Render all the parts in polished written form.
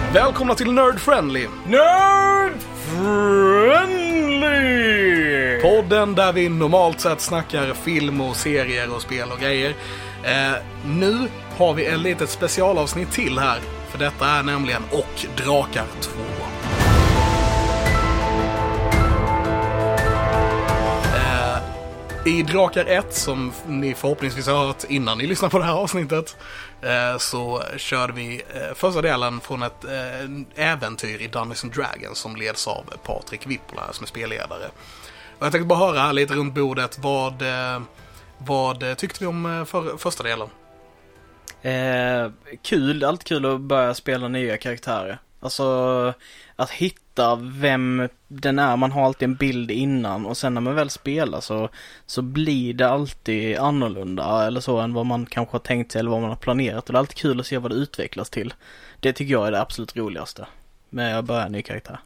Välkomna till Nerd Friendly. Nerd Friendly! Podden där vi normalt sett snackar film och serier och spel och grejer. Nu har vi ett litet specialavsnitt till här. För detta är nämligen Och Drakar 2. I Drakar 1, som ni förhoppningsvis har hört innan ni lyssnar på det här avsnittet, så körde vi första delen från ett äventyr i Dungeons & Dragons som leds av Patrik Wippola som är spelledare. Och jag tänkte bara höra här lite runt bordet, vad tyckte vi om första delen? Kul, allt kul att börja spela nya karaktärer. Alltså att hitta vem den är. Man har alltid en bild innan och sen när man väl spelar så blir det alltid annorlunda eller så än vad man kanske har tänkt sig eller vad man har planerat. Och det är alltid kul att se vad det utvecklas till. Det tycker jag är det absolut roligaste med att börja en ny karaktär.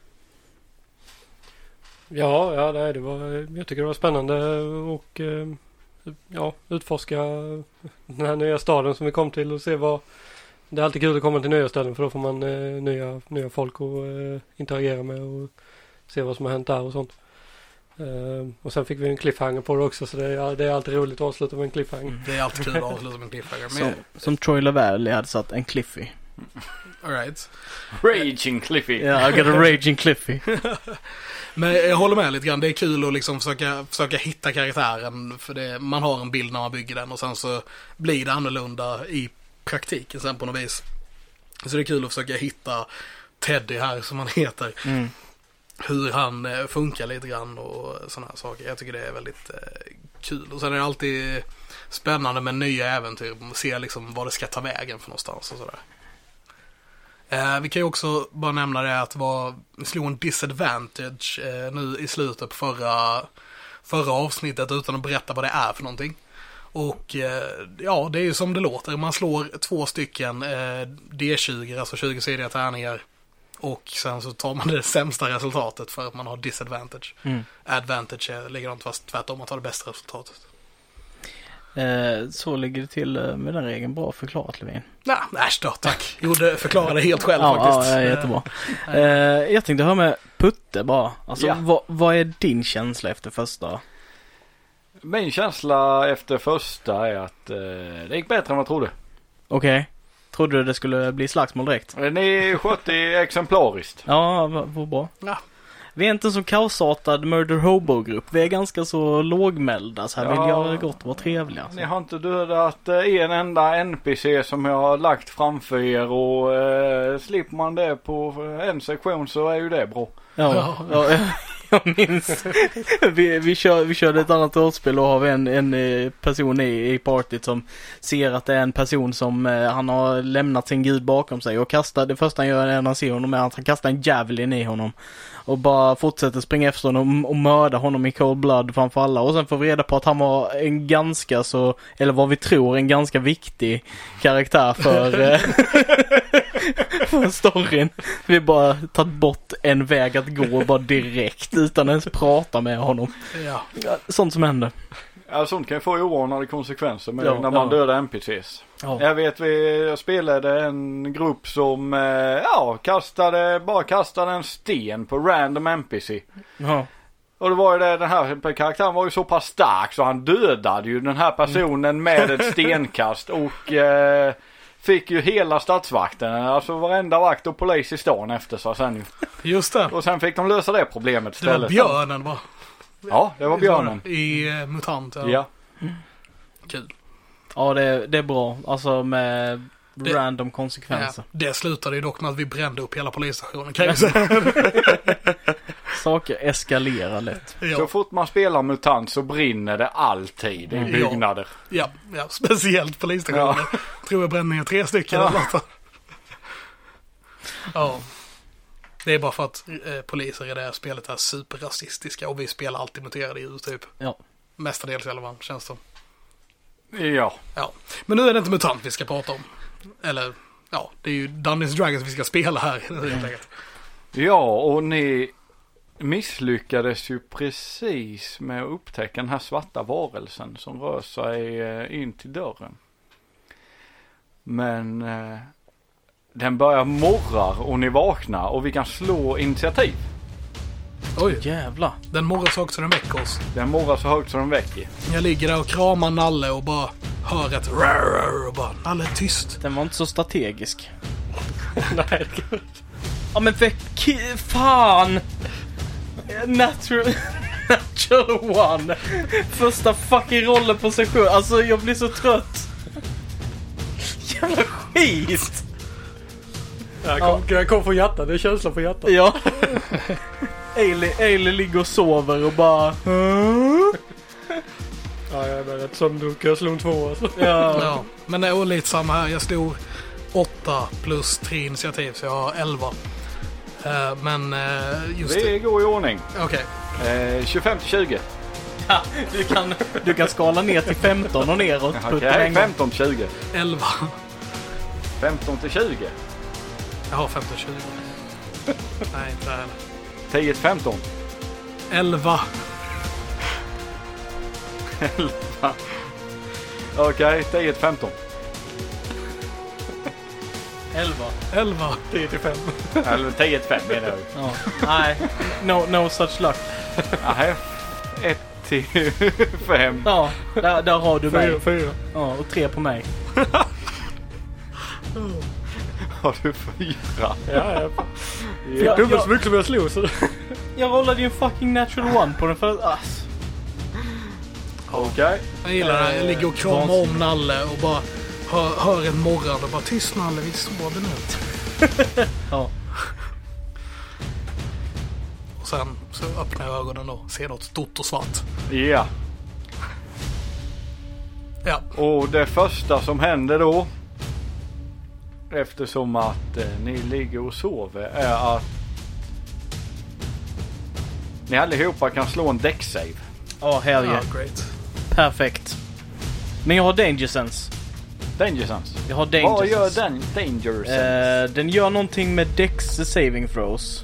Ja, det var, jag tycker det var spännande och utforska den här nya staden som vi kom till och se vad. Det är alltid kul att komma till nya ställen för då får man nya folk att interagera med och se vad som har hänt där och sånt. Och sen fick vi en cliffhanger på det också, så det är alltid roligt att avsluta med en cliffhanger. Det är alltid kul att avsluta med en cliffhanger. Som Troy Lavelle hade satt en Cliffy. All right. Raging Cliffy. Yeah, I got a raging Cliffy. Men jag håller med lite grann. Det är kul att liksom försöka hitta karaktären. För man har en bild när man bygger den och sen så blir det annorlunda i praktiken sen på något vis. Så det är kul att försöka hitta Teddy här som han heter. Mm. Hur han funkar lite grann och sådana här saker. Jag tycker det är väldigt kul. Och sen är det alltid spännande med nya äventyr. Man ser liksom vad det ska ta vägen för någonstans och sådär. Vi kan ju också bara nämna det att vi slog en disadvantage nu i slutet på förra avsnittet utan att berätta vad det är för någonting. Och ja, det är ju som det låter. Man slår 2 stycken D20, alltså 20-sidiga tärningar. Och sen så tar man det sämsta resultatet för att man har disadvantage. Advantage är likadant fast tvärtom, man tar det bästa resultatet. Så ligger det till med den regeln. Bra förklarat, Levin. Nej, äsch då, tack. Förklarade helt själv faktiskt. Ja, jättebra. Jag tänkte höra med Putte bara. Alltså, vad är din känsla efter första? Min känsla efter första är att det gick bättre än vad jag trodde. Okej. Trodde du det skulle bli slagsmål direkt? Ni skötte exemplariskt. Ja, vad bra. Ja. Vi är inte en så kaosartad Murder Hobo-grupp. Vi är ganska så lågmälda. Så här vill jag gott vara trevliga. Alltså. Ni har inte dödat en enda NPC som jag har lagt framför er. Och slipper man det på en sektion så är ju det bra. Ja. Jag minns. vi körde ett annat rollspel och har vi en person i partyt som ser att det är en person som han har lämnat sin gud bakom sig och kastar, det första han gör när han ser honom är att han kastar en javelin i honom och bara fortsätter springa efter honom och mörda honom i cold blood framför alla. Och sen får vi reda på att han var en ganska så, eller vad vi tror, en ganska viktig karaktär för storyn. Vi bara tagit bort en väg att gå bara direkt utan ens prata med honom. Ja, sånt som händer. Ja, sånt kan ju få oanade konsekvenser med när man dödar NPCs. Ja. Jag spelade en grupp som kastade en sten på random NPC. Ja. Och det var ju den här karaktären var ju så pass stark så han dödade ju den här personen med ett stenkast och fick ju hela stadsvakten, alltså varenda vakt och polis i stan efter sig sen ju. Just det. Och sen fick de lösa det problemet istället. Det var björnen va? Ja, det var björnen. I MUTANT. Ja. Kul. Ja, det är bra. Alltså med random konsekvenser. Ja, det slutade ju dock med att vi brände upp hela polisstationen, kan jag säga. Saker eskalerar lätt. Ja. Så fort man spelar MUTANT så brinner det alltid i byggnader. Ja, speciellt polisstationen. Ja. Tror jag bränner 3 stycken. Ja. Det är bara för att poliser i det här spelet är superrasistiska och vi spelar alltid muterade djur typ. Ja. Mestadels i alla fall, känns det. Ja. Men nu är det inte MUTANT vi ska prata om. Eller, det är ju Dungeons & Dragons vi ska spela här. Ja, och ni misslyckades ju precis med att upptäcka den här svarta varelsen som rör sig in till dörren. Men Den börjar morra och ni vaknar och vi kan slå initiativ. Oj, Jävlar. den morrar så högt så den väcker oss. Den morrar så högt så den väcker. Jag ligger där och kramar Nalle och bara hör ett rrrr och bara Nalle är tyst. Den var inte så strategisk. Nej. Ja men fan! Natural one. Första fucking rollen på sig själv. Alltså jag blir så trött. Jävla skit. Jag kom från hjärtat. Det är känslan på hjärtat. Ja. Ailey ligger och sover och bara... Ja, jag är rätt sömnduk. Jag slog en 2 alltså. Ja, men det är lite samma här. Jag slog 8 plus 3 initiativ så jag har 11. Men just det går i ordning. Okej. 25-20. Ja, du kan skala ner till 15 och neråt. Okej, 15-20. 11. 15-20. Jag har 15-20. Nej, inte det heller. 10-15. 11. 11. Okej, 10-15. 11. 10-5. Eller 10-5 menar jag. Ja. Nej, no such luck. Nej, 1-5. Ja, där har du mig. 4. Ja, och 3 på mig. Har du 4? Ja. Fick dubbelt så mycket som jag slog så. Jag rollade ju en fucking natural one på den för att... Okej. Jag gillar det. Jag ligger och kramar om Nalle och bara hör en morgon och bara tyst Nalle, vi sover nu. Ja. Och sen så öppnar jag ögonen och ser något stort och svart. Ja. Ja. Och det första som händer då, eftersom att ni ligger och sover, är att ni allihopa kan slå en deck save. Ja, hell Ja, yeah. great. Perfekt. Men jag har danger sense. Danger sense. Jag har danger Vad gör sense. den danger sense? Den gör någonting med dex saving throws.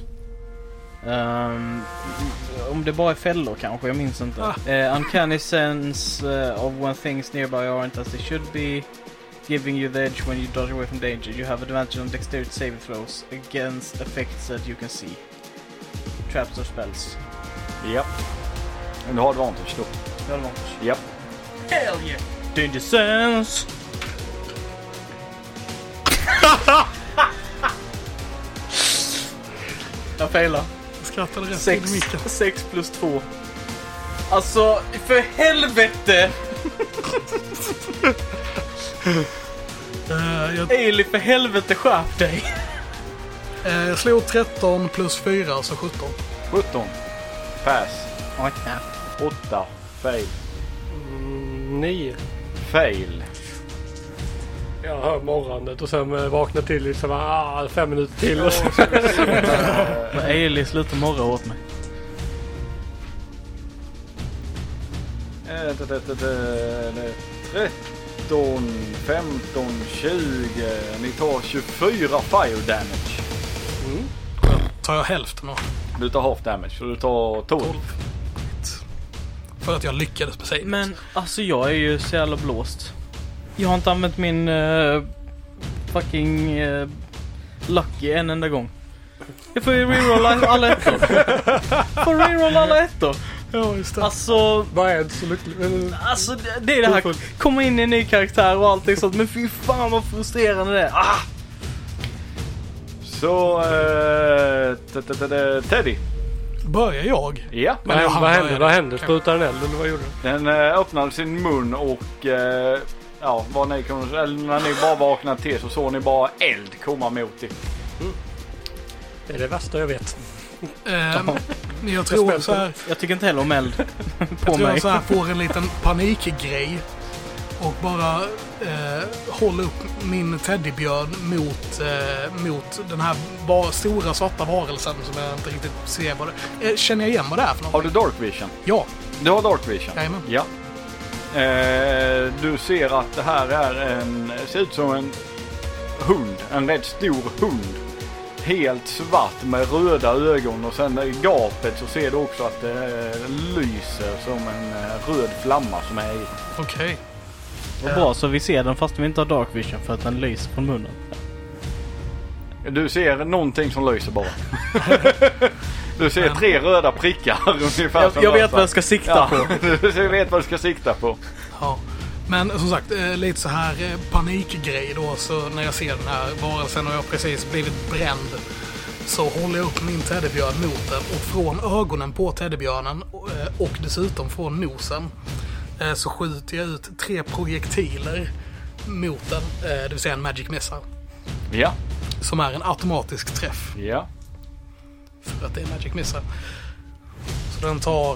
Om det bara är fällor kanske, jag minns inte. Uncanny sense of when things nearby aren't as they should be, giving you the edge when you dodge away from danger. You have advantage on dexterity saving throws against effects that you can see. Traps or spells. Japp. Men du har advantage då. Jag har advantage. Japp. Hell yeah! Danger sense! Jag failar. Jag skrattade rätt i micken. 6 plus 2. Alltså, för helvete! Ailey, för helvete, skärp dig! Jag slog 13 plus 4, så 17. 17. Pass. 8. 8. Fail. 9. Fail. Jag hör morrandet och sen vaknar till lite så 5 minuter till. Men Ailey slutar morra åt mig. 13, 15, 20. Ni tar 24 fire damage. Tar jag hälften då? Du tar half damage och du tar 12. För att jag lyckades med sig. Men alltså jag är ju så jävla blåst. Jag har inte använt min fucking lucky en enda gång. Jag får ju rerolla alla ettor. Får rerolla alla ettor. Ja, just det. Alltså, Vad är det så lyckligt? alltså det är det här. Komma in i en ny karaktär och allting sånt. Men fy fan vad frustrerande det är. Så Teddy. Börjar jag? Ja. Vad hände? Sprutade den eld eller vad gjorde den? Den öppnade sin mun och vad ni kunde, eller när ni bara vaknade till så såg ni bara eld komma mot er. Det är det värsta jag vet. Jag tror så här. Jag tycker inte heller om eld på Jag tror mig. jag så här får en liten panikgrej och bara håller upp min teddybjörn mot den här stora svarta varelsen som jag inte riktigt ser vad det. Känner jag igen vad det är för något? Har du dark vision? Ja. Du har dark vision? Jajamän. Ja. Du ser att det här är ser ut som en hund, en rätt stor hund. Helt svart med röda ögon och sen i gapet så ser du också att det lyser som en röd flamma som är i. Okej. Och bra så vi ser den fast vi inte har dark vision för att den lyser från munnen. Du ser någonting som lyser bara. Du ser 3 röda prickar ungefär. Jag vet vad jag ska sikta på. Du vet vad du ska sikta på. Ja. Men som sagt, lite så här panikgrej då. Så när jag ser den här varelsen och jag precis blivit bränd, så håller jag upp min teddybjörn mot den. Och från ögonen på teddybjörnen och dessutom från nosen så skjuter jag ut 3 projektiler mot den. Det vill säga en magic missile. Ja. Som är en automatisk träff. Ja. För att det är magic missile. Så den tar...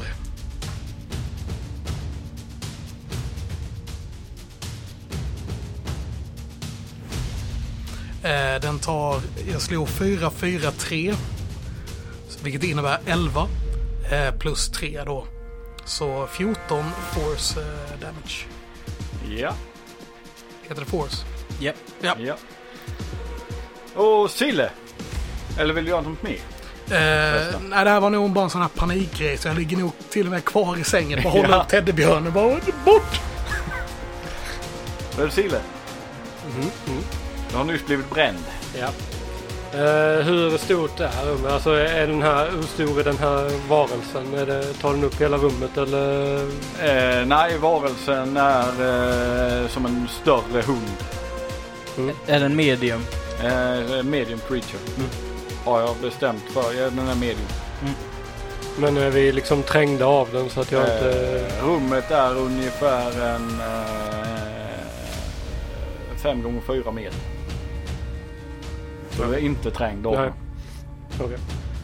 jag slår 4-4-3. Vilket innebär 11 plus 3 då. Så 14 force damage. Ja. Heter det force? Yep. Ja. Och Sille. Eller vill du göra något mer? Nej, det här var nog bara en sån här panikgrej. Så jag ligger nog till och med kvar i sängen. Bara håller upp teddybjörnen. Bara bort! Vad är det, Sille? Du har nyss blivit bränd. Ja. Hur stort är rummet? Alltså hur stor är den här varelsen? Tar den upp hela rummet eller? Nej, varelsen är som en större hund. Är den medium? Medium creature. Har jag bestämt för. Den är medium. Men är vi liksom trängda av den så att jag inte... Rummet är ungefär en 5x4 meter. Så jag är inte trängd av den. Okej.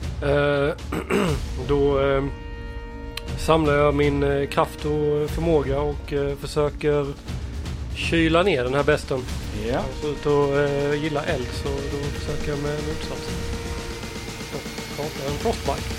Då samlar jag min kraft och förmåga och försöker kyla ner den här besten. Ja. Så ut och gilla eld, så då försöker jag med motsatsen. En frostbite.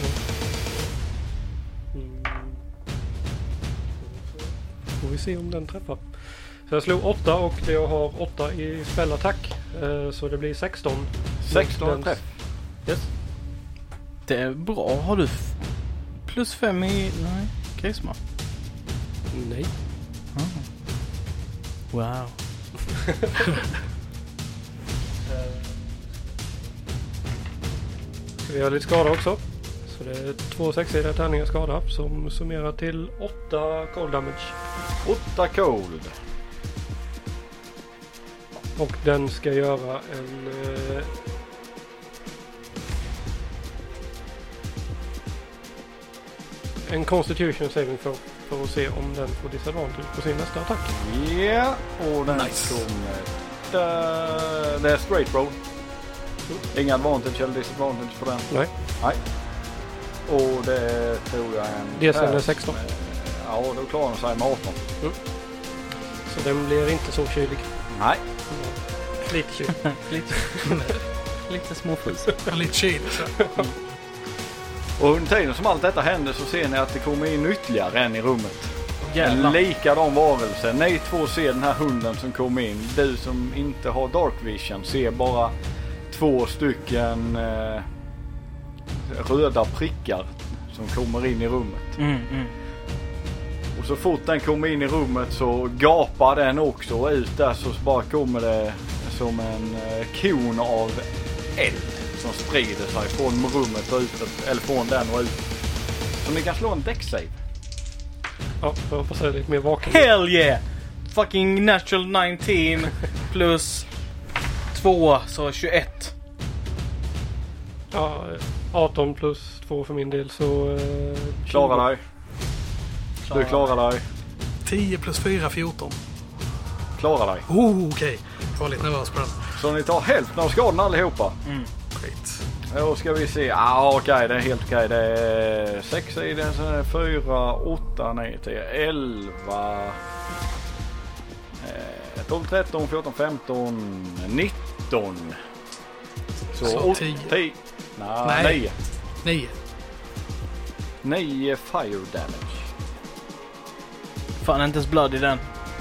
Får vi se om den träffar. Så jag slog 8 och jag har 8 i spellattack. Så det blir 16. 16 träff. Yes. Det är bra. Har du plus 5 i... Nej, karisma? Nej. Wow. Vi har lite skada också. Så det är 2 6-sidiga tärningar skada som summerar till 8 cold damage. 8 cold. Och den ska göra en constitution saving throw för att se om den får disadvantage på sin nästa attack. Ja, och den kommer... Det är straight roll. Inga advantage eller disadvantage på den. Nej. Och det tror jag är en... Det är 16. Ja, då klarar den sig med 18. Så den blir inte så kylig. Nej. Lite kylig. Lite småfus. Lite kylig. Och under tiden som allt detta händer så ser ni att det kommer in ytterligare en i rummet. Jävlar. En likadan varelse. Ni två ser den här hunden som kommer in. Du som inte har dark vision ser bara 2 stycken röda prickar som kommer in i rummet. Och så fort den kommer in i rummet så gapar den också, och ut där så bara kommer det som en kon av eld som sprider sig från rummet och ut, eller från den och ut. Så ni kan slå en dex save. Ja, jag hoppas jag är lite mer vaken. Hell yeah! Fucking natural 19 plus 2, så 21. Ja, 18 plus 2 för min del, så... Klarar dig. Du klarar dig. 10 plus 4, 14. Klarar dig. Okej. Jag var lite nervös på den. Så ni tar hälften av skadan allihopa. Skit. Då ska vi se. Okej, det är helt okej. Det är 6 i den, så är det 4, 8, 9, 10, 11, 12, 13, 14, 15, 19. Så 10. 10. Nej. 9. 9 fire damage. Fan, inte ens blood i den.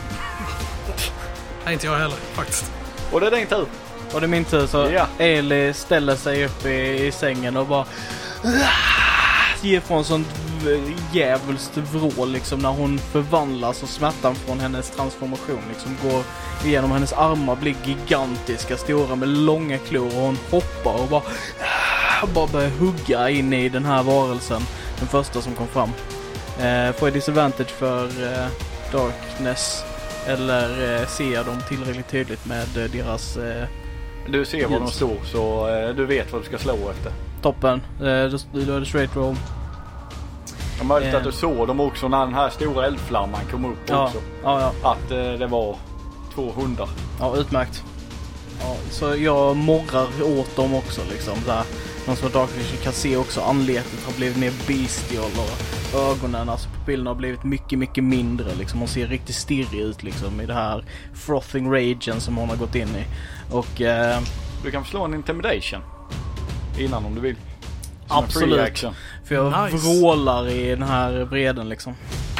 Nej, inte jag heller faktiskt. Och det är din tur. Och det är min tur, så Ja. Eli ställer sig upp i sängen och bara ger från sånt djävulskt vrål liksom när hon förvandlas och smärtan från hennes transformation liksom går igenom hennes armar, blir gigantiska, stora med långa klor och hon hoppar och bara börjar hugga in i den här varelsen, den första som kom fram. Får jag disadvantage för darkness eller ser jag dem tillräckligt tydligt med deras du ser vad de står så du vet vad du ska slå efter. Toppen, då är det straight roll. Jag möjligt att du såg dem också när den här stora eldflamman kom upp också. Ja. Att det var 200. Ja, utmärkt. Ja, så jag morrar åt dem också liksom. Där. De som har Dark Vision kan se också anletet har blivit mer bestial och ögonen, alltså pupillerna har blivit mycket, mycket mindre liksom. Hon ser riktigt stirrig ut liksom i det här frothing ragen som hon har gått in i. Och du kan slå en intimidation innan om du vill. Som absolut. För jag vrålar i den här vreden liksom.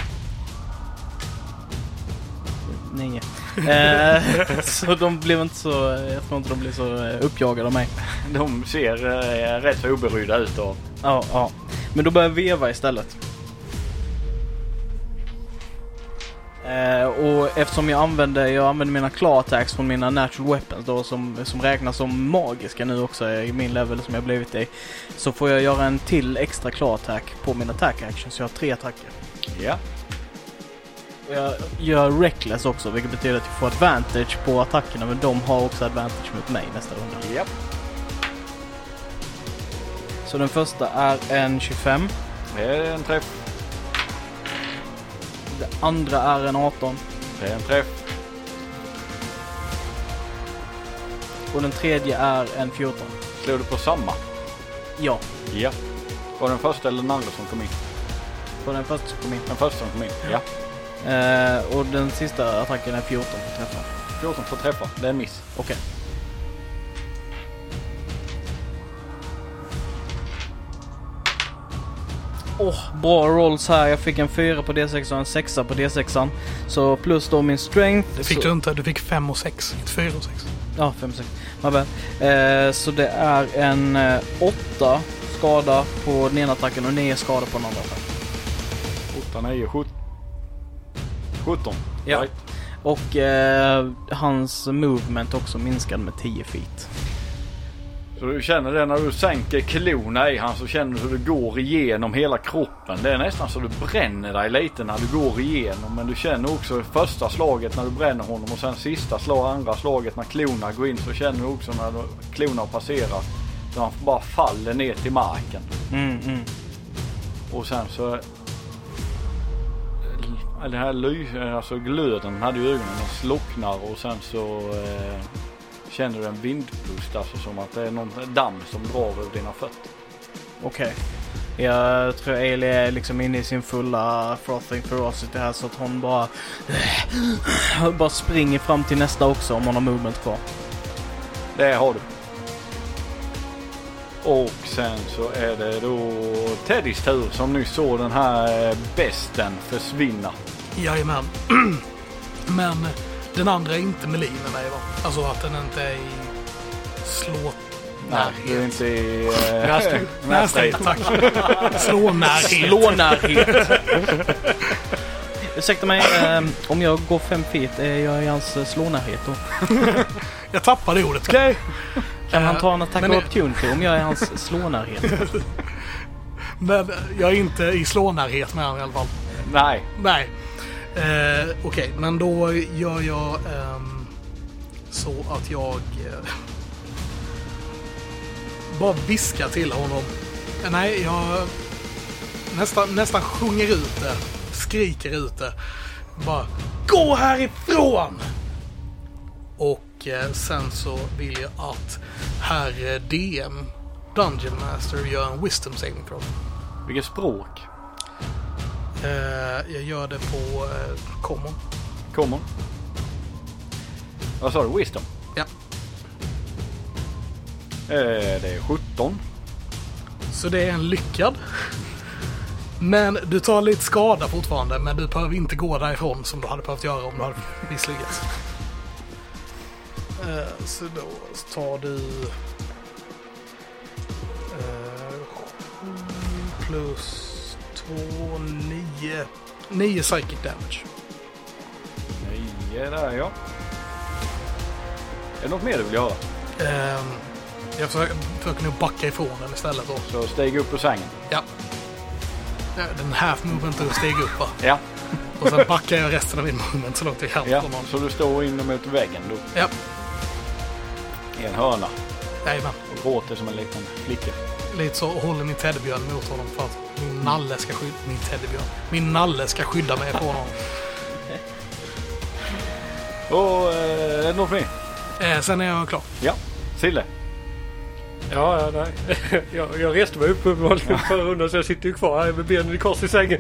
9. Så de blev inte så, jag tror inte de blir så uppjagade av mig. De ser rätt så oberydda ut då. Ja. Men då börjar jag veva istället. Och eftersom jag använder mina claw attacks från mina natural weapons då, som räknas som magiska nu också i min level som jag blivit i, så får jag göra en till extra claw attack på min attack action, så jag har 3 attacker. Ja. Och jag gör reckless också, vilket betyder att jag får advantage på attackerna, men de har också advantage mot mig nästa runda. Ja. Så den första är en 25. Det är en träff. Det andra är en 18. Det är en träff. Och den tredje är en 14. Slår du på samma? Ja. Ja. Var den första eller den andra som kom in? På den första som kom in. Den första som kom in, ja. Och den sista attacken är 14 för träffa. 14 för träffa, det är en miss. Okej. Bra rolls här. Jag fick en 4 på D6 och en 6 på D6. Så plus då min strength. Det fick du inte. Du fick 5 och 6. Inte 4 och 6. Ja, 5 och 6. Så det är en 8 skada på den ena attacken och 9 skada på den andra attacken. 8, 9, 17. Ja. Right. Och hans movement också minskad med 10 feet. Så du känner det när du sänker klorna i han, så känner du hur det går igenom hela kroppen. Det är nästan så du bränner dig lite när du går igenom. Men du känner också första slaget när du bränner honom och sen sista andra slaget när klorna går in, så känner du också när klorna passerar. Så han bara faller ner till marken. Och sen så det här alltså glöden hade ju ögonen och slocknar och sen så känner du en vindpust, alltså som att det är någon damm som drar över dina fötter. Okej. Jag tror Ailey är liksom inne i sin fulla frothing ferocity här, så att hon bara springer fram till nästa också om hon har movement kvar. Det har du. Och sen så är det då Teddys tur som nu såg den här besten försvinna. Jajamän. Men den andra är inte med liv med mig, va? Alltså att den inte är i slå. Nej, du är inte i närstrid, tack. Slånärhet. Ursäkta mig, om jag går 5 feet är jag i hans slånärhet då? Jag tappade ordet, okej? Kan han ta en attack opportunity om jag är i hans slånärhet? Men jag är inte i slånärhet med han i alla fall. Nej. Okej, men då gör jag så att jag bara viskar till honom. Nej, jag nästan sjunger ut det, skriker ut det. Bara, gå härifrån! Och sen så vill jag att herr DM, Dungeon Master, gör en wisdom saving throw. Vilket språk? Jag gör det på common. Vad sa du? Wisdom? Ja. Det är 17. Så det är en lyckad. Men du tar lite skada fortfarande, men du behöver inte gå därifrån som du hade behövt göra om du hade misslyckats. Så då tar du 7 plus 2 9 psychic damage. 9 där, ja. Är det något mer du vill göra? Jag försöker nog backa ifrån den istället då. Så steg upp ur sängen? Ja. Den half movement och steg upp, va? Ja. Och sen backar jag resten av min movement så långt jag kan. Ja, så du står in mot väggen då? Ja. I en hörna? Jajamän. Och gråter som en liten flicka? Lite så, och håller min teddybjörn mot honom för att min nalle ska skydda mig på honom. Och är det något mer? Sen är jag klar. Ja, Sille. Ja, nej. Jag reste mig upp förra rundan så jag sitter ju kvar här med benen i kors i sängen.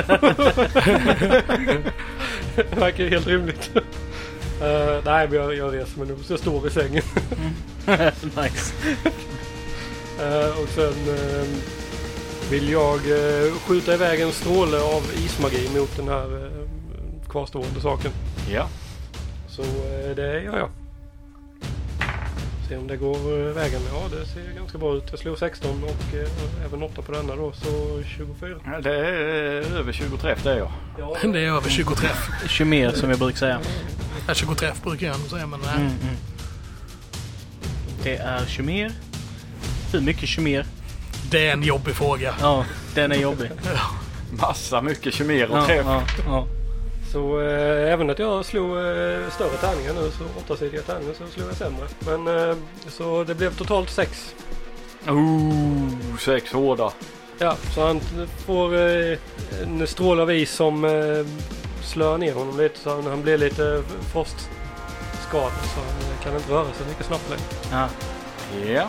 Det verkar helt rimligt. Nej, men jag reser mig nu så jag står i sängen. Nice. Och sen vill jag skjuta iväg en stråle av ismagi mot den här kvarstående saken. Ja. Så det gör jag. Se om det går vägen. Ja, det ser ganska bra ut. Jag slog 16 och även 8 på denna då, så 24. Ja, det är över 20 träff, det är jag. Ja, Det är över 20 träff. 20 mer som jag brukar säga. 20 träff brukar jag säga, men nej. Det är 20 mer. Hur mycket 20 mer? Det är en jobbig fråga. Ja, den är jobbig. Massa mycket kemer och träff. Ja. så även att jag slog större tärningar nu, så 8-sidiga tärningar, så slog jag sämre. Men så det blev totalt 6. 6 hårda. Ja, så han får en stråle av is som slår ner honom lite, så han blir lite frostskadad, så han kan inte röra sig lika snabbt längre. Ja. Ja.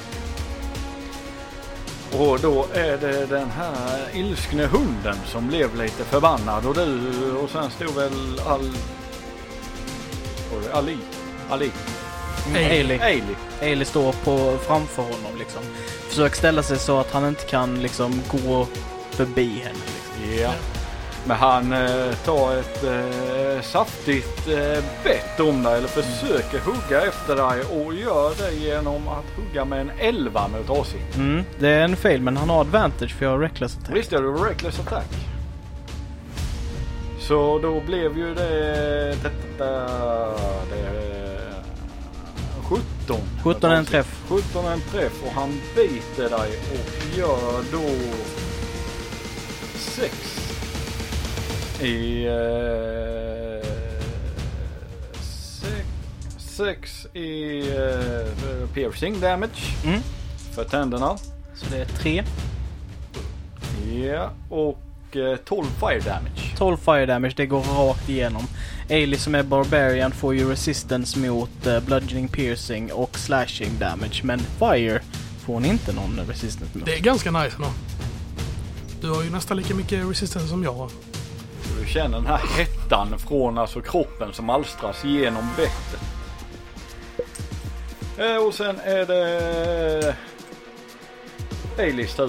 Och då är det den här ilskne hunden som blev lite förbannad, och sen stod väl Ailey står framför honom liksom. Försöker ställa sig så att han inte kan liksom gå förbi henne liksom. Ja. Men han tar ett saftigt bett om dig, eller försöker hugga efter dig, och gör det genom att hugga med en 11 mot AC. Det är en fail, men han har advantage för jag har reckless attack. Visst är det reckless attack. Så då blev ju det 17 en träff. 17 en träff, och han biter dig och gör då 6 i piercing damage för tänderna. Så det är 3. Ja, och 12 fire damage. 12 fire damage, det går rakt igenom. Ailey som är barbarian får ju resistance mot bludgeoning, piercing och slashing damage, men fire får hon inte någon resistance mot. Det är ganska nice ändå. Du har ju nästan lika mycket resistance som jag har. Du känner den här hettan från alltså kroppen som alstras genom bettet. Och sen är det Aileys tur.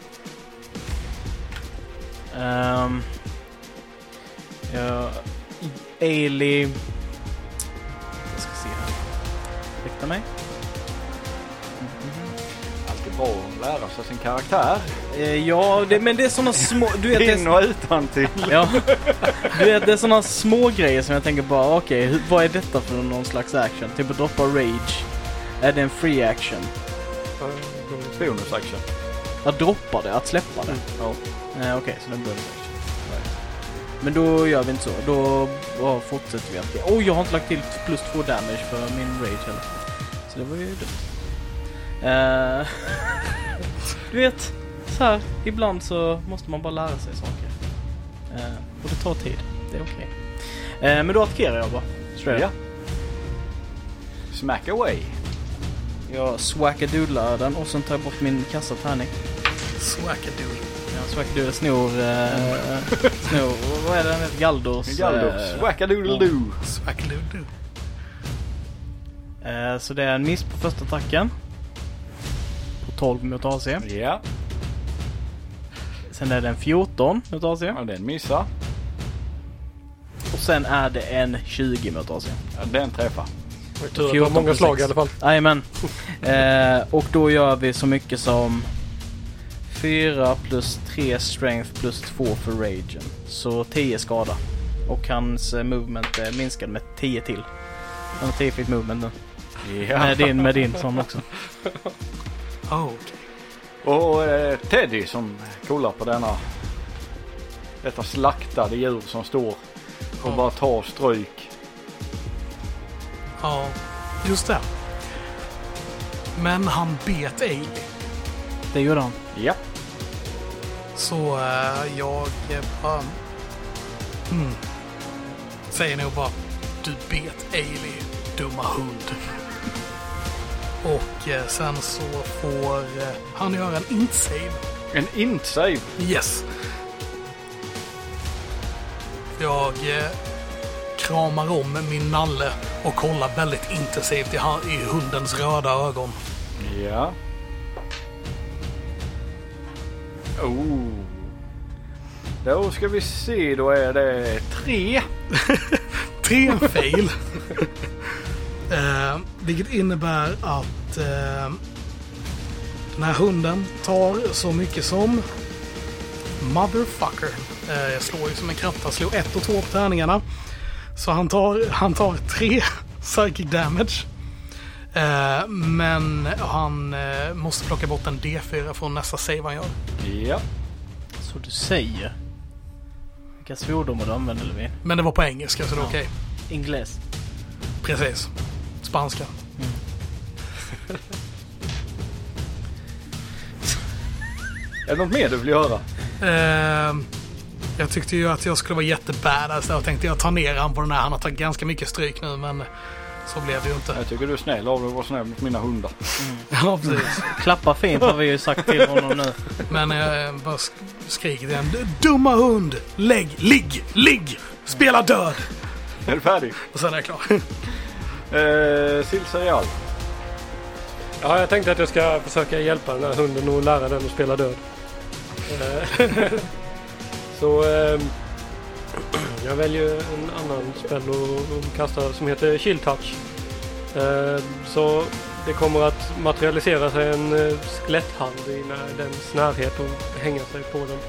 Ailey, jag ska se här. Rikta mig. Alltid bra att lära sig sin karaktär. Ja, men det är såna små, du vet, in och utan till. Ja. Du vet, det är såna små grejer som jag tänker bara, okej, vad är detta för någon slags action? Typ att droppa rage. Är det en free action? Bonus action. Att droppa det, att släppa det. Ja. Okej, så det är en bonus action. Men då gör vi inte så. Då fortsätter vi att... jag har inte lagt till plus 2 damage för min rage heller. Så det var ju dumt. Du vet, så här, ibland så måste man bara lära sig saker. Och det tar tid. Det är okej. Men då attackerar jag bara. Straight. Ja. Smack away. Jag swackadoodlar den och sen tar jag bort min kassatärning. Swackadoodle. Ja, swackadoodle snor, vad är det? Galdors. Swackadoodle-doo. Swackadoodle. Så det är en miss på första attacken. På 12 mot AC. Ja. Sen är det en 14 mot AC. Ja, den missar. Och sen är det en 20 mot AC. Ja, den träffar. Det var många slag i alla fall. Jajamän. Och då gör vi så mycket som 4 plus 3 strength plus 2 för ragen. Så 10 skada. Och hans movement är minskad med 10 till. Han har 10 feet movement nu. Ja. Med din sån också. Okay. Och Teddy som kollar på detta slaktade djur som står och bara tar stryk. Ja, just det. Men han bet Ailey. Det gjorde han. Ja. Så jag bara... säger nog bara, du bet Ailey, dumma hund. Och sen så får han göra en int-save. En int-save? Yes. Jag kramar om min nalle och kollar väldigt intensivt i hundens röda ögon. Ja. Då ska vi se, då är det 3. 3 fail. Vilket innebär att den här hunden tar så mycket som motherfucker. Jag slår ju som en kratta, slår 1 och 2 på tärningarna. Så han tar 3 psychic damage. Men han måste plocka bort en D4 från nästa save han gör. Ja. Så du säger. Vilka svordomar du använder, Levin? Men det var på engelska, så det är okej. Ingles. Precis. Spanska. Är det något mer du vill göra? Jag tyckte ju att jag skulle vara jättebadass där och tänkte jag ta ner han på den här. Han har tagit ganska mycket stryk nu, men så blev det ju inte. Jag tycker du är snäll av dig att vara snäll mot mina hundar. Ja, precis. Klappa fint har vi ju sagt till honom nu. Men jag bara skriker igen. Dumma hund! Ligg! Spela död! Är du färdig? Och sen är jag klar. Silsarial. Ja, jag tänkte att jag ska försöka hjälpa den här hunden och lära den att spela död. Så jag väljer en annan spel och kastar som heter Chill Touch. Så det kommer att materialisera sig en skeletthand i dens närhet och hänga sig på den.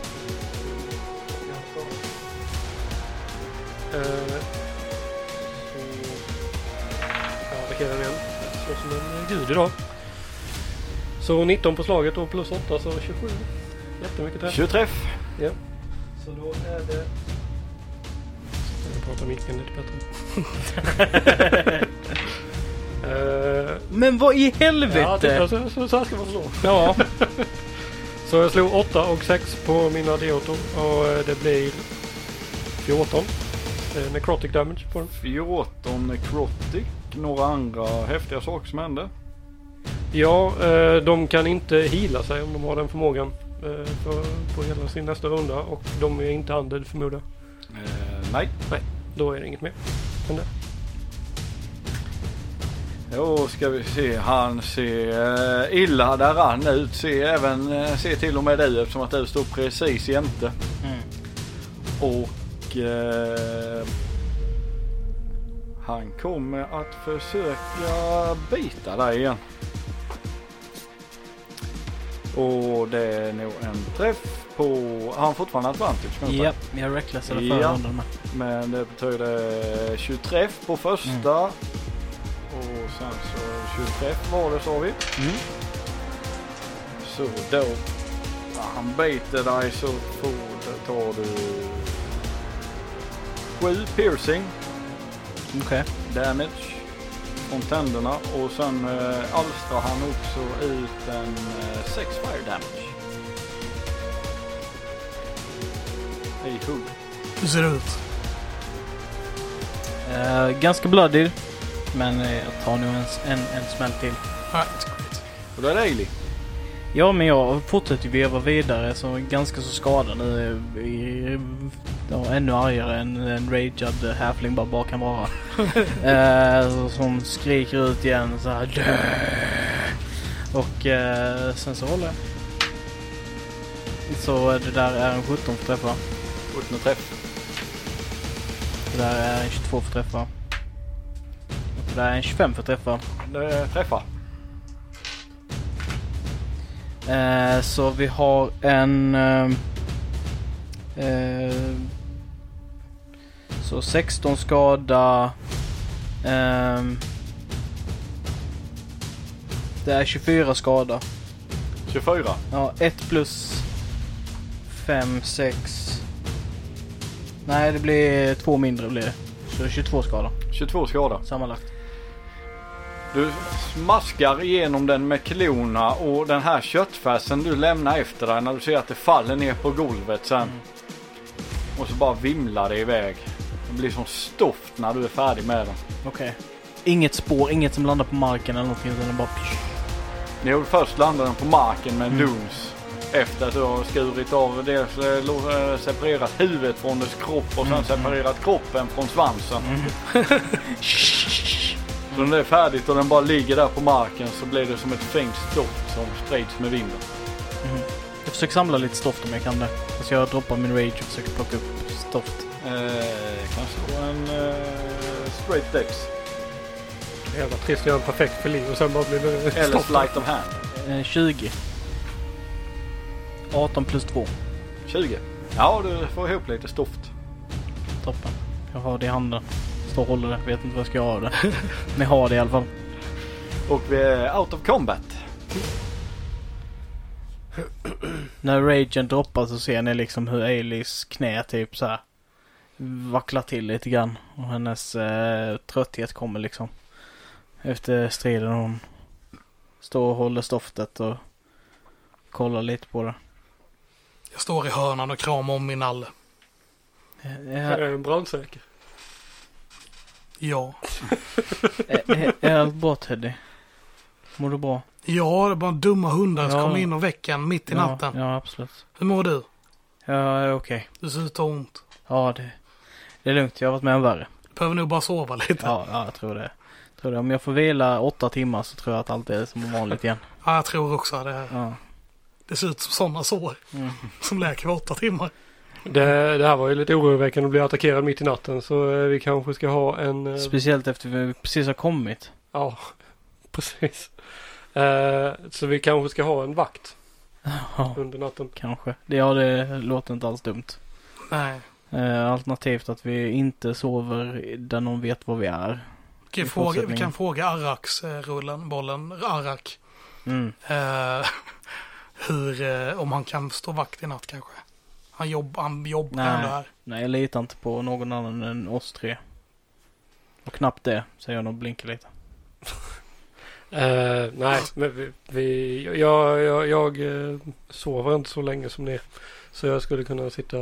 Jag attackerar den igen. Så som en gud idag. Så 19 på slaget och plus 8 så 27. Jättemycket träff. 20 träff. Ja. Så då är det... Jag pratar micken lite bättre. Men vad i helvete? Ja, titta, så här ska man slå. Ja. Så jag slog 8 och 6 på mina D8 och det blir 14 necrotic damage på den. 14 necrotic. Några andra häftiga saker som hände? Ja, de kan inte heala sig om de har den förmågan på hela sin nästa runda och de är inte undead förmodar. Nej. Nej, då är det inget mer. Då ska vi se, han ser illa däran ut, ser till och med dig eftersom att du står precis jämte. Och han kommer att försöka bita dig igen. Och det är nog en träff på... Har han fortfarande advantage? Ja, jag recklessade förra rundan med. Men det betyder 20 träff på första. Och sen så 20 träff var det, sa vi. Så då... Han biter dig så tar du 7 piercing. Okej. Damage från tänderna och sen alstrar han också ut en 6 fire damage i hugg. Hur ser det ut? Ganska bloody, men jag tar nog en smäll till. Right, great. Och då är det Ailey. Ja, men jag fortsätter veva vidare, så ganska så skadad nu. Ännu argare än en ragead halfling bara kan vara. Som skriker ut igen så här. Dö! Och sen så håller jag. Så det där är en 17 för träffa. 17 träff. Det där är en 22 för träffa. Och det där är en 25 för träffa. Det träffar. Så vi har en... så 16 skada. Det är 24 skada. 24? Ja, 1 plus 5, 6. Nej, det blir 2 mindre blir det. Så 22 skada. 22 skada. Sammanlagt. Du smaskar igenom den med klorna och den här köttfärsen du lämnar efter dig när du ser att det faller ner på golvet sen. Och så bara vimlar det iväg. Det blir som stoft när du är färdig med den. Okej. Inget spår, inget som landar på marken eller någonting utan bara... Jo, först landar den på marken med en duns. Efter att du har skurit av det, separerat huvudet från dess kropp och sen separerat kroppen från svansen. Så när det är färdigt och den bara ligger där på marken så blir det som ett fängt stoft som sprids med vinden. Jag försöker samla lite stoft om jag kan det. Alltså jag droppar min rage och försöker plocka upp stoft. Kanske på en straight dex. Jävla trist att göra en perfekt filet och sen bara blir det eller stopp. sleight of hand. 20. 18 plus 2. 20. Ja, du får ihop lite stoft. Toppen. Jag har det i handen. Står och håller det. Vet inte vad jag ska göra av det. Men jag har det i alla fall. Och vi är out of combat. När ragen droppar så ser ni liksom hur Aileys knä typ så här vacklar till lite grann. Och hennes trötthet kommer liksom. Efter striden hon står och håller stoftet och kollar lite på det. Jag står i hörnan och kramar om min nalle. Är det en brandsäker? Ja. Är allt bra, Teddy? Mår du bra? Ja, det är bara dumma hundar som Ja. kommer in och väckan mitt i natten. Ja, absolut. Hur mår du? Ja, jag är okej. Du ser ut att ha ont. Ja, det är lugnt. Jag har varit med om värre. Du behöver nog bara sova lite. Ja, jag tror det. Om jag får vila 8 timmar så tror jag att allt är som vanligt igen. Ja, jag tror också det. Ja. Det ser ut som sådana sår. Som läker i 8 timmar. Det här var ju lite oroväckande att bli attackerad mitt i natten så vi kanske ska ha en... Speciellt efter vi precis har kommit. Ja, precis. Så vi kanske ska ha en vakt Ja, under natten. kanske. Det låter inte alls dumt. Nej. Alternativt att vi inte sover där någon vet var vi är. Vi kan fråga Arraks bollen Arrak. Om han kan stå vakt i natt kanske. Han jobbar ändå här. Nej, jag litar inte på någon annan än oss 3. Och knappt det, säger jag nog blinkar lite. Nej, men jag sover inte så länge som ni. Så jag skulle kunna sitta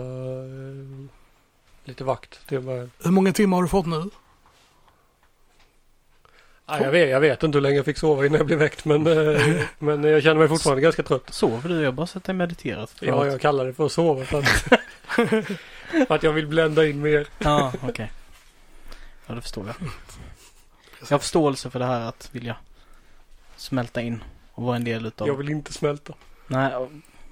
lite vakt till början. Hur många timmar har du fått nu? Jag vet inte hur länge jag fick sova innan jag blev väckt. Men jag känner mig fortfarande ganska trött. Sover du? Jag bara sett dig mediterat. Ja, jag kallar det för att sova. För att jag vill blända in mer. Ja, okej. Ja, det förstår jag. Jag har förståelse för det här att vilja smälta in och vara en del utav... Jag vill inte smälta. Nej,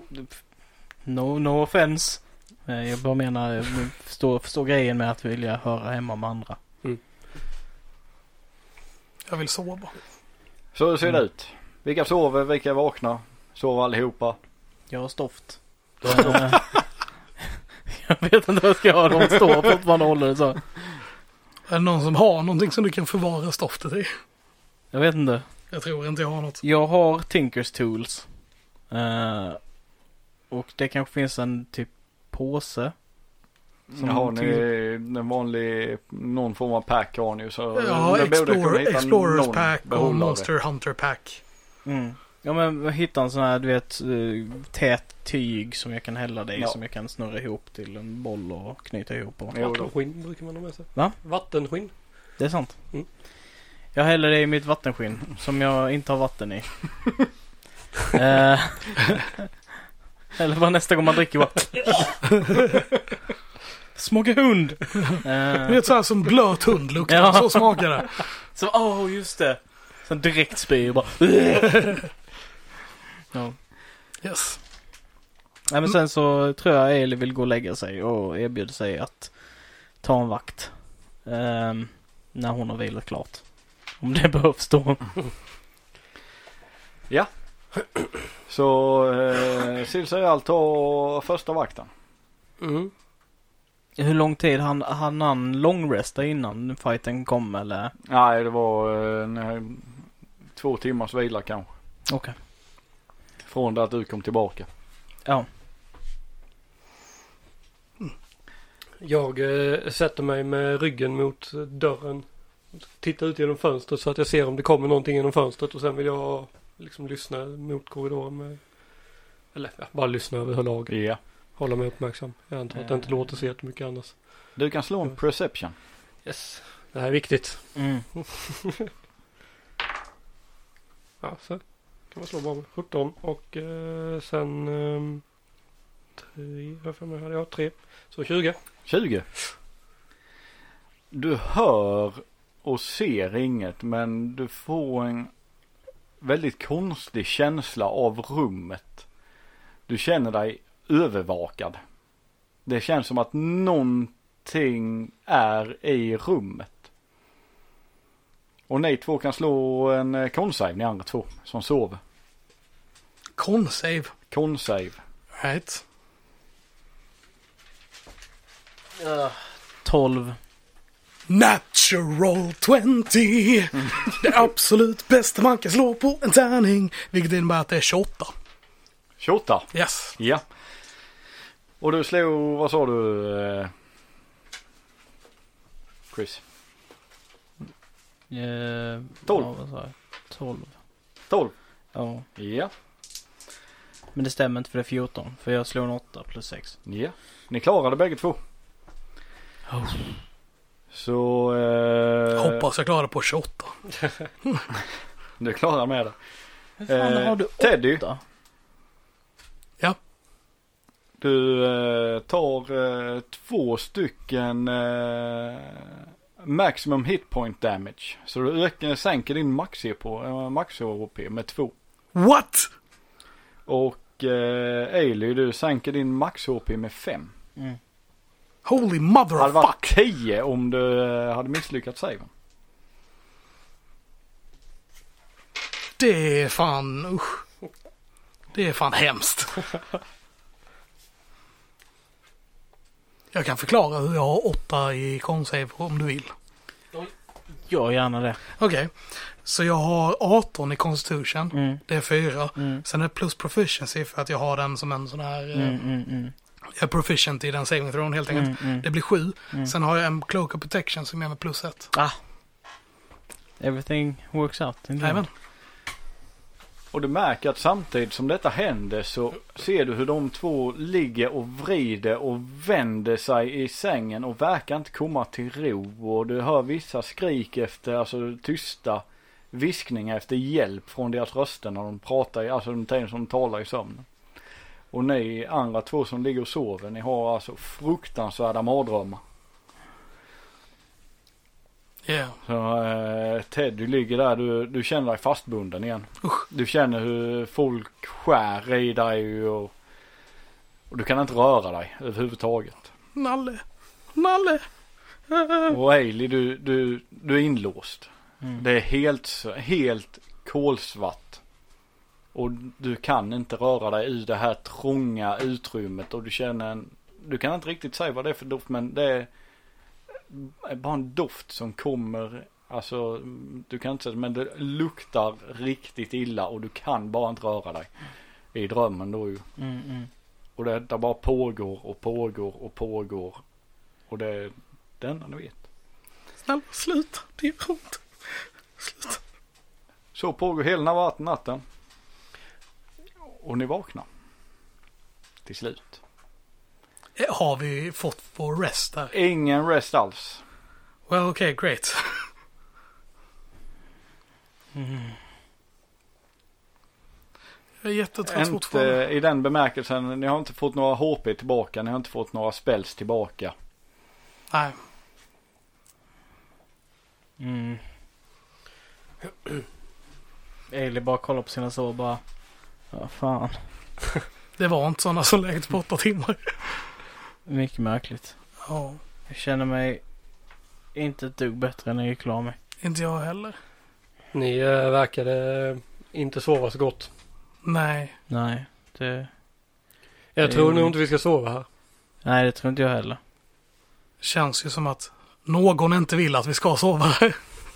no offense. Jag bara menar, förstår grejen med att vilja höra hemma med andra. Jag vill sova. Så ser det ut. Vilka sover, vilka vaknar. Sover allihopa. Jag har stoft. Jag vet inte vad jag ska göra. De står på att man håller det så. Är det någon som har någonting som du kan förvara stoftet i? Jag vet inte. Jag tror inte jag har något. Jag har Tinkers Tools. Och det kanske finns en typ påse. Har ni en vanlig, någon form av pack har ni så... Ja, Explorers pack och Monster Hunter pack. Ja, men hitta en sån här, du vet, tät tyg som jag kan hälla det i, som jag kan snurra ihop till en boll och knyta ihop på. Vattenskinn brukar man ha med sig. Va? Vattenskinn. Det är sant. Jag häller det i mitt vattenskinn som jag inte har vatten i. Eller bara nästa gång man dricker vatten. Smakar hund. Du vet så här som blöt hund luktar. Ja. Så smakar det. Så, just det. Så direkt spyr bara. Ja. Yes. Nej, men sen så tror jag Ailey vill gå och lägga sig och erbjuder sig att ta en vakt. När hon har vilat klart. Om det behövs då. Ja. Så Silsarial tar första vakten. Mm. Hur lång tid han långresta innan fighten kom eller? Nej, det var 2 timmars vila kanske. Okej. Från det att du kom tillbaka. Ja. Jag sätter mig med ryggen mot dörren. Tittar ut genom fönstret så att jag ser om det kommer någonting genom fönstret. Och sen vill jag liksom lyssna mot korridoren med... Eller ja, bara lyssna överlag. Ja. Hålla mig uppmärksam. Jag antar att det inte låter så jättemycket annars. Du kan slå en perception. Yes. Det här är viktigt. Mm. Ja, så kan man slå bara med 17 och sen 3. Så 20. 20. Du hör och ser inget, men du får en väldigt konstig känsla av rummet. Du känner dig övervakad. Det känns som att någonting är i rummet. Och ni två kan slå en con-save, ni andra två som sover. Con-save. Con-save. Right. 12. Natural 20. Det absolut bästa man kan slå på en tärning. Vilket innebär att det är 28. 28. Yes. Ja. Och du slog, vad sa du? Chris? 12. Ja, vad sa jag? 12. 12. Ja. Ja. Men det stämmer inte för det är 14. För jag slår en 8 plus 6. Ja. Ni klarade bägge två. Så... Hoppas jag klarar på 28. Du klarar med det. Hur fan har du 8? Teddy. Ja. Du tar 2 stycken maximum hit point damage. Så du sänker din max HP med 2. What? Och Ailey, du sänker din max HP med 5. Mm. Holy mother Det hade of varit fuck. 10 om du hade misslyckats saven. Det är fan, usch. Det är fan hemskt. Jag kan förklara hur jag har 8 i con-save om du vill. Gör gärna det. Okej. Så jag har 18 i constitution. Mm. Det är 4. Mm. Sen är det plus proficiency för att jag har den som en sån här... Jag är proficient i den saving thrown helt enkelt. Det blir 7. Sen har jag en cloak of protection som ger mig plus 1. Everything works out. Jajamän. Och du märker att samtidigt som detta händer så ser du hur de två ligger och vrider och vänder sig i sängen och verkar inte komma till ro. Och du hör vissa skrik efter, alltså tysta viskningar efter hjälp från deras röster när de pratar, alltså de tiden som de talar i sömnen. Och ni andra två som ligger och sover, ni har alltså fruktansvärda mardrömmar. Yeah. Så Ted, du ligger där, du känner dig fastbunden igen. Usch. Du känner hur folk skär i dig och du kan inte röra dig överhuvudtaget. Nalle. Och Ailey, du är inlåst. Det är helt kolsvart. Och du kan inte röra dig i det här trånga utrymmet och du kan inte riktigt säga vad det är för doft, men det är bara en doft som kommer, alltså du kan inte säga, men det luktar riktigt illa och du kan bara inte röra dig i drömmen då ju. Och det bara pågår och det är det enda du vet. Snälla, sluta. Det är ont. Sluta. Så pågår hela natten och ni vaknar till slut. Har vi fått vår rest där? Ingen rest alls. Well, okay, great. Jag är jättetrött fortfarande. Inte i den bemärkelsen, ni har inte fått några HP tillbaka, ni har inte fått några spells tillbaka. Nej. Ailey bara kollar på sina sår och bara, ja fan. Det var inte sådana som läget på 8 timmar. Mycket märkligt. Ja. Jag känner mig inte ett dugg bättre när jag är klar med. Inte jag heller. Ni verkade inte sova så gott. Nej. Nej, det... Jag tror nog inte vi ska sova här. Nej, det tror inte jag heller. Känns ju som att någon inte vill att vi ska sova här.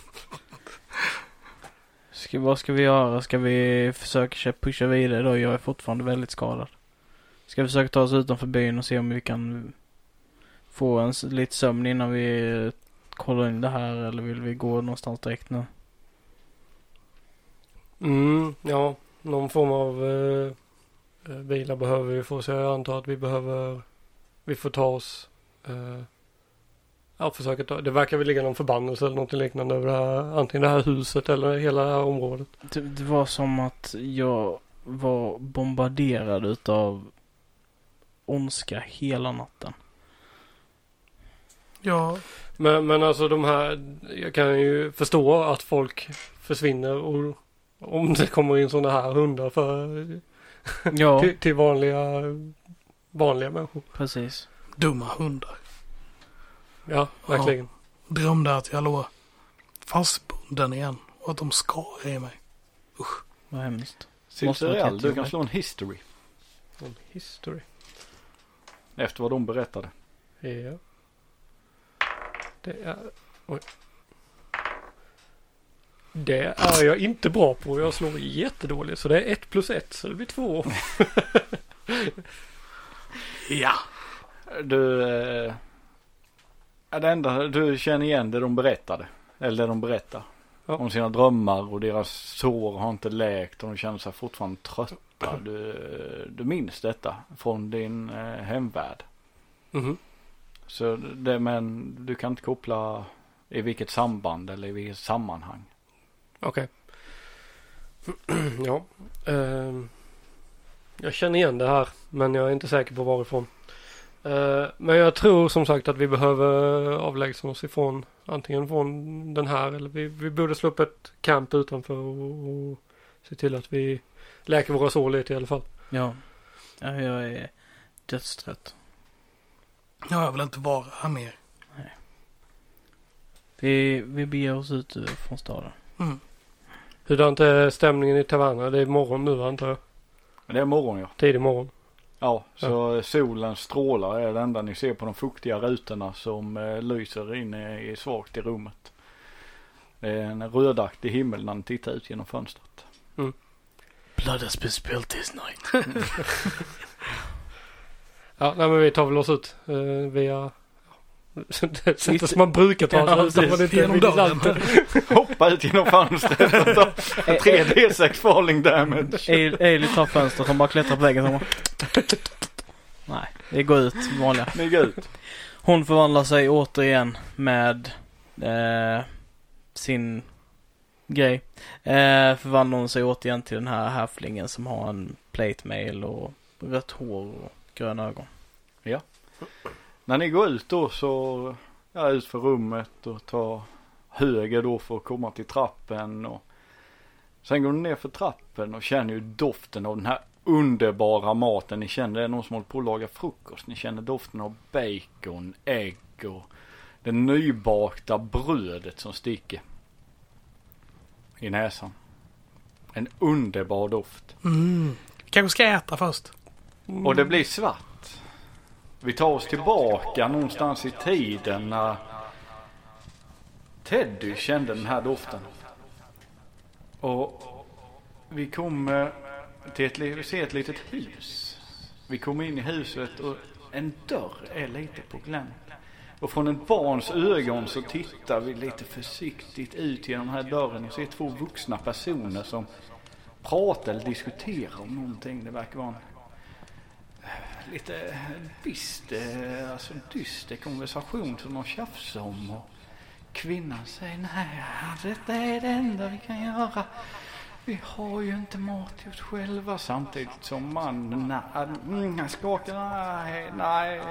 Vad ska vi göra? Ska vi försöka pusha vidare då? Jag är fortfarande väldigt skadad. Ska vi försöka ta oss utanför byn och se om vi kan få lite sömn innan vi kollar in det här, eller vill vi gå någonstans direkt nu? Ja, någon form av vila behöver vi få, så jag antar att vi får ta oss försöka ta, det verkar väl ligga någon förbannelse eller något liknande över det här, antingen det här huset eller hela det här området. Det var som att jag var bombarderad utav ondska hela natten. Ja. Men alltså de här, jag kan ju förstå att folk försvinner och om det kommer in sådana här hundar till vanliga människor. Precis. Dumma hundar. Ja, verkligen. Ja, drömde att jag låg fastbunden igen och att de skar i mig. Usch. Vad hemskt. Silserial, du kan slå en history. En history. Efter vad de berättade. Ja. Det är jag inte bra på. Jag slår jättedåligt. Så det är 1 + 1. Så det blir 2. Ja. Det enda du känner igen det de berättade. Eller det de berättar. Ja. Om sina drömmar och deras sår har inte läkt och de känner sig fortfarande trötta. Du minns detta från din hemvärld. Mhm. Så det, men du kan inte koppla i vilket samband eller i vilket sammanhang. Okej. Ja. Jag känner igen det här, men jag är inte säker på varifrån. Men jag tror som sagt att vi behöver avlägsna oss ifrån antingen från den här, eller vi borde slå upp ett camp utanför och se till att vi läker våra sår lite i alla fall. Ja, jag är dödstrött. Ja, jag vill inte vara här mer. Nej. Vi beger oss ut från staden. Mm. Hurdant är stämningen i taverna? Det är morgon nu, antar jag. Det är morgon, ja. Tidig morgon. Ja, så solens strålar är det enda ni ser på de fuktiga rutorna som lyser in i svagt i rummet. Det är en rödaktig himmel när ni tittar ut genom fönstret. Mm. Blood has been spilled this night. Ja, nej, men vi tar väl oss ut via det sättet som man brukar ta sig ut. Genom dörren. Hoppa ut genom fönstret och ta 3D6 falling damage. Ailey tar fönstret som bara klättrar på väggen. Nej, det går ut vanliga. Det går ut. Hon förvandlar sig återigen med sin grej. Förvandlar hon sig återigen till den här halflingen som har en plate mail och rött hår och gröna ögon. Ja. När ni går ut då så ut för rummet och tar höger då för att komma till trappen och sen går ni ner för trappen och känner ju doften av den här underbara maten. Ni känner det är någon som håller på att laga frukost. Ni känner doften av bacon, ägg och det nybakta brödet som sticker i näsan. En underbar doft. Kanske ska äta först. Och det blir svart. Vi tar oss tillbaka någonstans i tiden när Teddy kände den här doften. Och vi kommer till ett litet hus. Vi kommer in i huset och en dörr är lite på glänt. Och från ett barns ögon så tittar vi lite försiktigt ut genom den här dörren och ser 2 vuxna personer som pratar eller diskuterar om någonting. Det verkar vara en lite dyster konversation som de tjafsar om. Och kvinnan säger nej, detta är det enda vi kan göra. Vi har ju inte mat till oss själva, samtidigt som mannen skakar. Nej,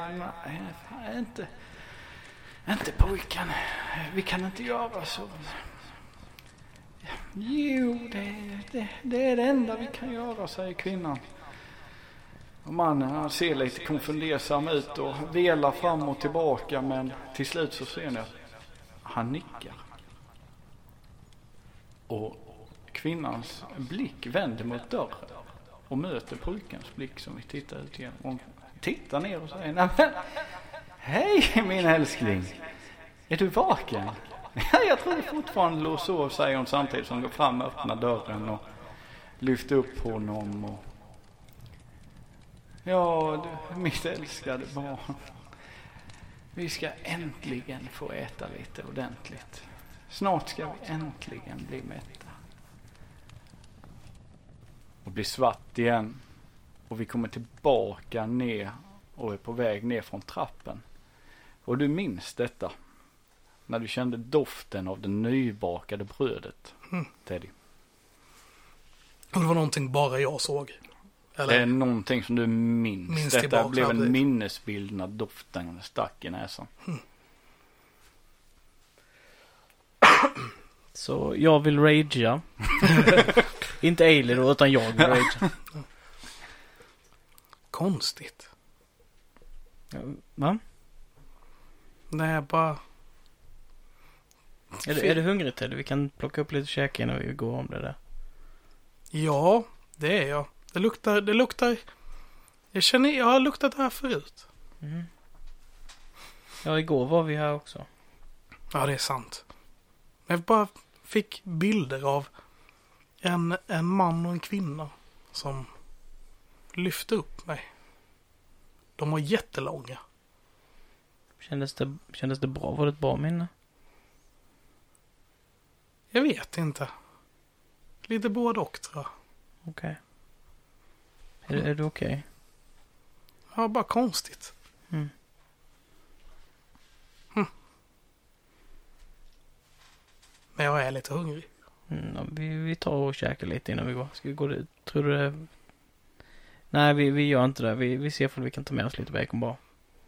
inte pojken. Vi kan inte göra så. Jo, det är det enda vi kan göra, säger kvinnan. Och mannen han ser lite konfundersam ut och velar fram och tillbaka, men till slut så ser ni att han nickar. Och kvinnans blick vänder mot dörren. och möter pojkens blick som vi tittar ut genom. Hon tittar ner och säger: nej men, hej min älskling, är du vaken? Ja, jag tror det fortfarande låg så, säger hon samtidigt som går fram och öppnar dörren och lyfter upp honom. Och ja, du, mitt älskade barn, vi ska äntligen få äta lite ordentligt. Snart ska vi äntligen bli mätta. Och bli svart igen. Och vi kommer tillbaka ner och är på väg ner från trappen. Och du minns detta. När du kände doften av det nybakade brödet, Teddy. Och det var någonting bara jag såg. Eller? Det är någonting som du minns. Detta tillbaka, blev en minnesbild när doften stack i näsan. Så jag vill ragea. Inte Ailey då, utan jag vill ragea. Konstigt. Va? Nej, bara... Är du hungrig till det? Vi kan plocka upp lite käk innan vi går om det där. Ja, det är jag. Det luktar... Jag har luktat här förut. Mm. Ja, igår var vi här också. Ja, det är sant. Jag bara fick bilder av en man och en kvinna som lyfte upp mig. De var jättelånga. Kändes det bra? Var det ett bra minne? Jag vet inte. Lite både och, tror jag. Okej. Är du okej? Ja, bara konstigt. Men jag är lite hungrig. Vi tar och käkar lite innan vi går. Ska vi gå dit? Tror du det? Nej, vi gör inte det. Vi ser om vi kan ta med oss lite bacon bara.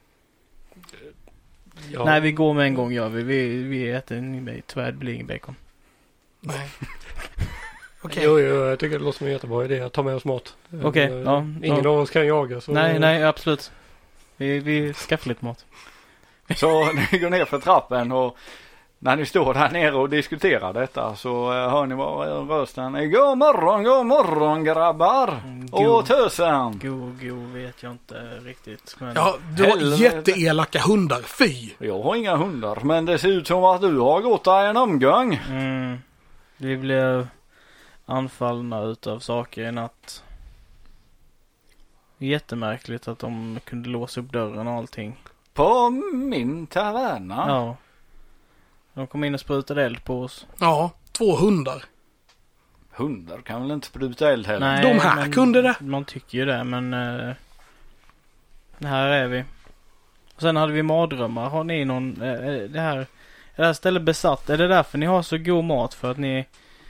Ja. Nej, vi går med en gång, gör vi. Vi äter tyvärr blir ingen bacon. Nej. Okej. Jo, jag tycker det låter som en jättebra idé att ta med oss mat. Okej, ja. Ingen av oss kan jaga. Så... Nej, absolut. Vi skaffar lite mat. Så ni går ner för trappen och när ni står där nere och diskuterar detta så hör ni bara rösten: God morgon grabbar och tösen. Go vet jag inte riktigt. Men... Ja, du har jätteelaka hundar, fy! Jag har inga hundar, men det ser ut som att du har gått där en omgång. Vi blev anfallna utav saker i natt. Jättemärkligt att de kunde låsa upp dörren och allting. På min taverna? Ja. De kom in och sprutade eld på oss. Ja, 2 hundar. Hundar kan väl inte spruta eld heller? Nej, de här kunde det. Man tycker ju det, men här är vi. Och sen hade vi mardrömmar. Har ni någon... det här stället besatt? Är det därför ni har så god mat? För att ni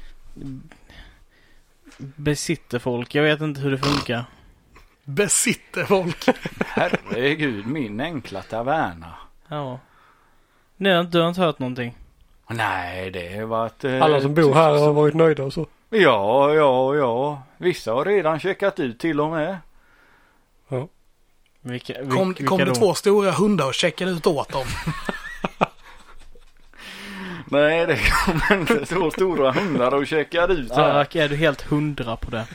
besitter folk? Jag vet inte hur det funkar. Besitter folk? Herregud, min enkla taverna. Ja. Nej, du har inte hört någonting? Nej, det har varit... alla som bor här har varit nöjda och så. Ja. Vissa har redan checkat ut till och med. Ja. Kom det 2 stora hundar och checkade ut åt dem? Nej, det kom inte 2 stora hundar och checkade ut här. Ja, är du helt 100 på det?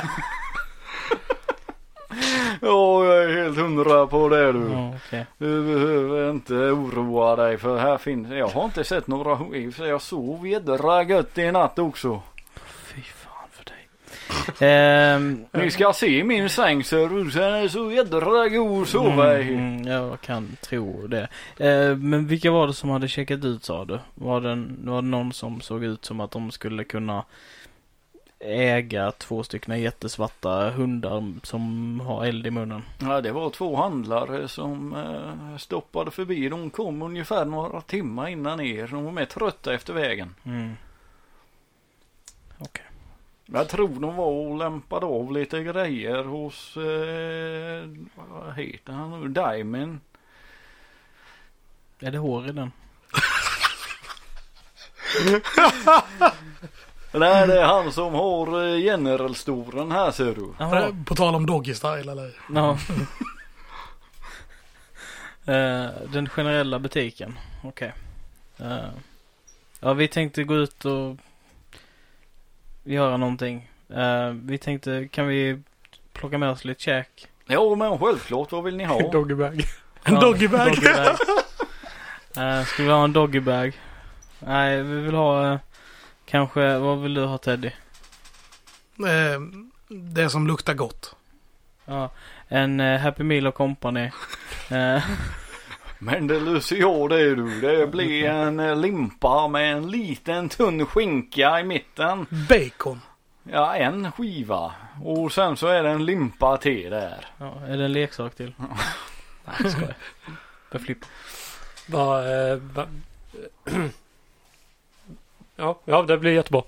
Ja, jag är helt 100 på det du. Ja, okay. Du behöver inte oroa dig för här finns... Jag har inte sett några... Jag sov jädra gött i natt också. Fy fan för dig. Ni ska se min säng så den är så jädra god att sova i. Jag kan tro det. Men vilka var det som hade checkat ut, sa du? Var det någon som såg ut som att de skulle kunna äga 2 stycken jättesvarta hundar som har eld i munnen? Ja, det var 2 handlare som stoppade förbi. De kom ungefär några timmar innan er. De var med trötta efter vägen. Okej. Jag tror de var och lämpade av lite grejer hos vad heter han nu? Diamond. Är det hår i den? Nej, det är han som har generalstoren här, ser du. Aha. På tal om doggy style, eller? Ja. Den generella butiken. Okej. Ja, vi tänkte gå ut och göra någonting. Vi tänkte, kan vi plocka med oss lite käk. Jo, men självklart. Vad vill ni ha? Doggybag. En doggybag. Ska vi ha en doggybag? Nej, vi vill ha kanske, vad vill du ha, Teddy? Det som luktar gott. Ja, en Happy Meal och Company. Men det Lucia, det är du. Det blir en limpa med en liten tunn skinka i mitten. Bacon. Ja, en skiva. Och sen så är det en limpa till där. Ja, är det en leksak till? Nej, jag skojar. Beflipp. Ja, det blir jättebra.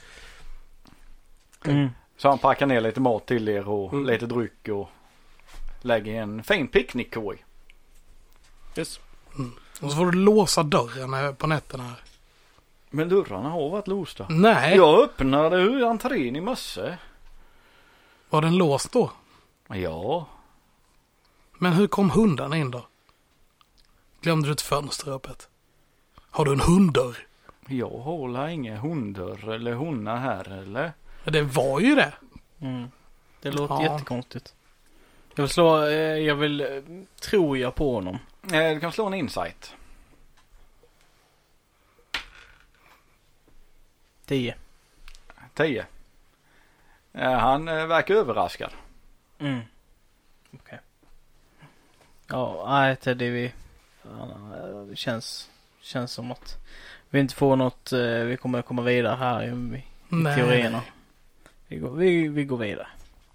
Mm. Så han packar ner lite mat till er och lite dryck och lägger en fin picknickkorg. Yes. Och så får du låsa dörren på nätterna här. Men dörrarna har varit låsta. Nej. Jag öppnade entrén i mösse. Var den låst då? Ja. Men hur kom hundarna in då? Glömde du ett fönster öppet? Har du en hunddörr? Jag håller inga hundar eller hundar här eller? Det var ju det. Mm. Det låter jättekonstigt. Tror jag på honom. Du kan slå en insight. 10. 10. Han verkar överraskad. Mm. Okej. Ja, nej, Teddy, det känns som att vi inte får något, vi kommer komma vidare här i teorierna. Vi går vidare.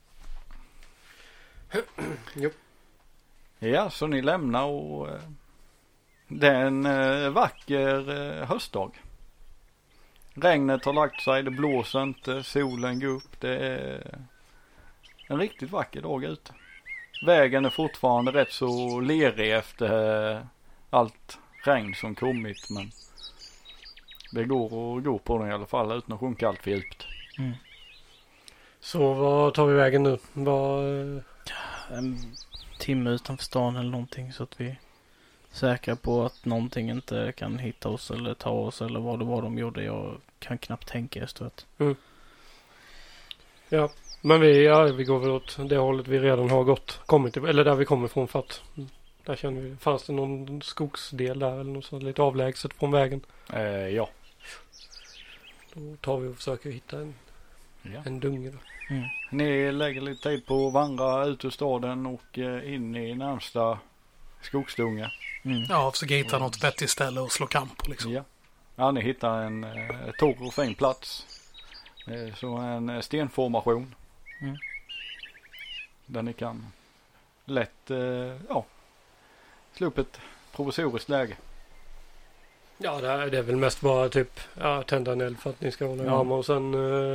Jo. Ja, så ni lämnar och det är en vacker höstdag. Regnet har lagt sig, det blåser inte, solen går upp. Det är en riktigt vacker dag ute. Vägen är fortfarande rätt så lerig efter allt regn som kommit, men det går att gå på den i alla fall utan att sjunka allt för djupt. Mm. Så vad tar vi vägen nu? En timme utanför stan eller någonting, så att vi är säkra på att någonting inte kan hitta oss eller ta oss eller vad det var de gjorde. Jag kan knappt tänka efteråt. Mm. Ja, men vi går väl åt det hållet vi redan har kommit till, eller där vi kommer ifrån, för att där känner vi, fanns det någon skogsdel där eller något sånt lite avlägset från vägen? Ja. Då tar vi och försöker hitta en dunge då. Mm. Ni lägger lite tid på att vandra ut ur staden och in i närmsta skogsdunga. Mm. Ja, försöka hitta något vettigt ställe och slå kamp på liksom. Ja, ni hittar en torr och fin plats. Så en stenformation. Mm. Där ni kan lätt slå upp ett provisoriskt läge. Ja, det är väl mest bara typ tända en eld för att ni ska hålla i armar och sen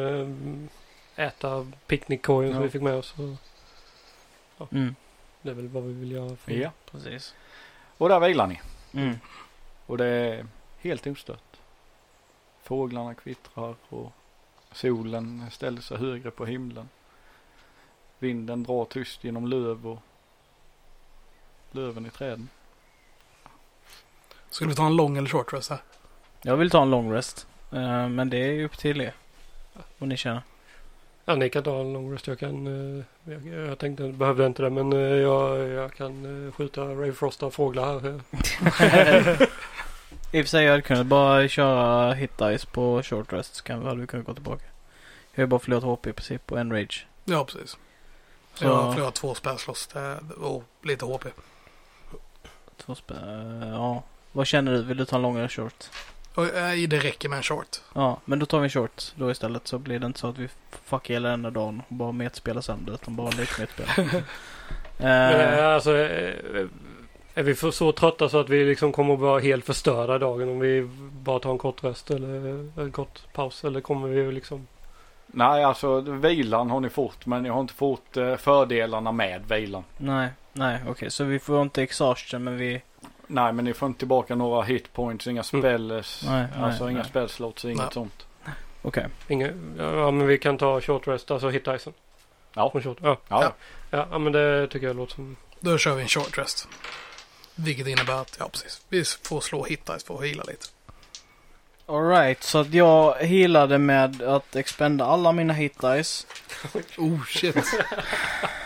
äta picknickkorgen som vi fick med oss. Och, det är väl vad vi vill göra. Ja, precis. Och där vilar ni. Mm. Och det är helt ostört. Fåglarna kvittrar och solen ställer sig högre på himlen. Vinden drar tyst genom löv och löven i träden. Skulle vi ta en lång eller short rest här? Jag vill ta en long rest. Men det är ju upp till er. Vad ni känner. Ja, ni kan ta en long rest. Jag kan... jag tänkte, behövde inte det, men jag kan skjuta Ray Frost av fåglar här. I och för sig jag hade kunnat bara köra hit dice på short rest, så hade vi kunnat gå tillbaka. Jag har bara förlorat HP i princip på en rage. Ja, precis. Så... Jag har förlorat 2 spelslåss och lite HP. 2 ja. Vad känner du? Vill du ta en lång eller short? Och, det räcker med en short. Ja, men då tar vi en short då istället, så blir det inte så att vi fuckar hela den dagen och bara metspelar sönder, utan bara lite metspel. Alltså, är vi så trötta så att vi liksom kommer att vara helt förstörda dagen om vi bara tar en kort rest eller en kort paus, eller kommer vi liksom... Nej, alltså vilan har ni fått, men ni har inte fått fördelarna med vilan. Nej, okej. Så vi får inte exhaustion, men vi... Nej, men ni får inte tillbaka några hitpoints, inga spells, inga spellslots, inget sånt. Okej. Ja, men vi kan ta short rest, alltså hit dicen. Ja. Ja, men det tycker jag låter som... Då kör vi en short rest. Vilket innebär att, precis, vi får slå hit dice för att heala lite. Alright, så att jag healade med att expenda alla mina hit dice. Oh shit.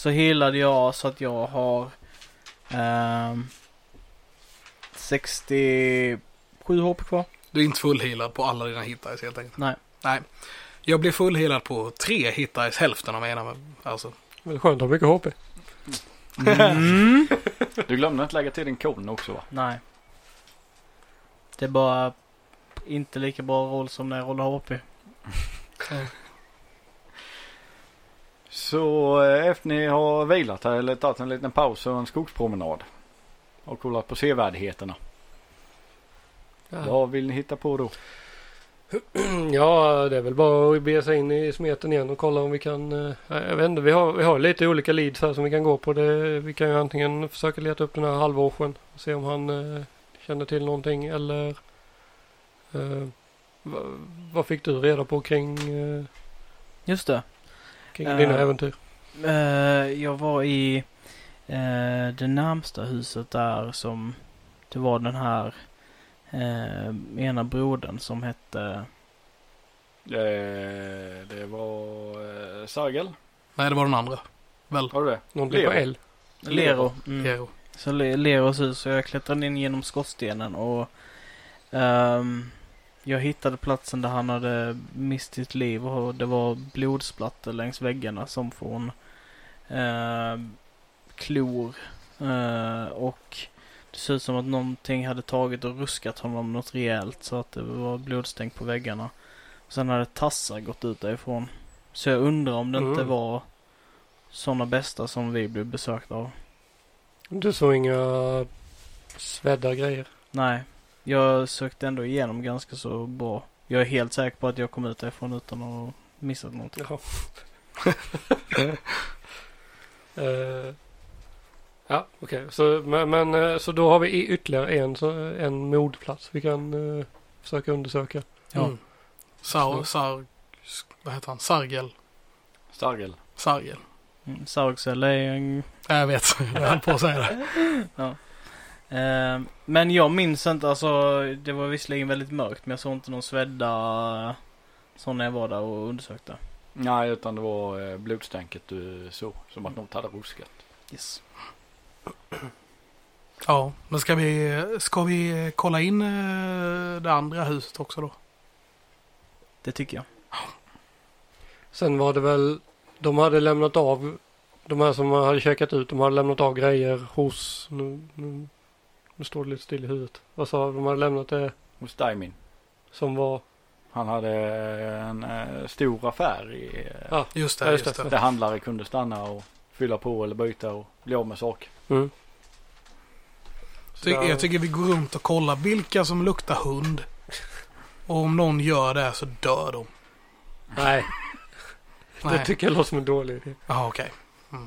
så healade jag så att jag har 67 HP kvar. Du är inte fullhealad på alla dina hitdice helt enkelt. Nej. Jag blev fullhealad på 3 hitdice, hälften av ena. Alltså. Men skönt att ha mycket HP. Du glömde inte lägga till din kon också, va? Nej. Det är bara inte lika bra roll som när jag rollar HP. Så efter ni har vilat här eller tagit en liten paus och en skogspromenad och kollat på sevärdigheterna. Vad vill ni hitta på då? Ja, det är väl bara att be sig in i smeten igen och kolla om vi kan... jag vet inte, vi har lite olika leads här som vi kan gå på. Vi kan ju antingen försöka leta upp den här halvårsjön och se om han känner till någonting eller... vad fick du reda på kring... Just det. Kring dina äventyr? Jag var i det närmsta huset där som det var den här ena brodern som hette... Det var Sargel. Nej, det var den andra. Väl? Har du det? Någonting på L? Lero. Lero. Så Leros hus. Så jag klättrade in genom skorstenen och jag hittade platsen där han hade mist sitt liv och det var blodsplatter längs väggarna som från klor och det ser ut som att någonting hade tagit och ruskat honom något rejält så att det var blodstänk på väggarna. Och sen hade tassar gått ut därifrån. Så jag undrar om det inte var sådana bästa som vi blev besökta av. Du såg inga svedda grejer? Nej, jag sökte ändå igenom ganska så bra. Jag är helt säker på att jag kom ut därifrån utan att missat något. Jaha. Ja, okej. Så, så då har vi ytterligare en modplats vi kan försöka undersöka. Ja. Vad heter han? Sargel. Sargel. Sargsel är en... Jag vet, jag höll på att säga det. Ja. Men jag minns inte, alltså det var visserligen väldigt mörkt men jag såg inte någon svedda så när jag var där och undersökte. Nej, utan det var blodstänket du såg som att något hade ruskat. Yes. Ja, men ska vi kolla in det andra huset också då? Det tycker jag. Sen var det väl, de hade lämnat av, de här som hade checkat ut, de hade lämnat av grejer hos, nu står det lite still i huvudet. Vad sa de hade lämnat det? Hos Daimin. Som var? Han hade en stor affär i... Just det. Där handlare kunde stanna och fylla på eller byta och bli av med saker. Mm. Jag tycker vi går runt och kollar vilka som luktar hund. Och om någon gör det så dör de. Nej. Det tycker jag låter som en dålig idé. Jaha, okej. Mm.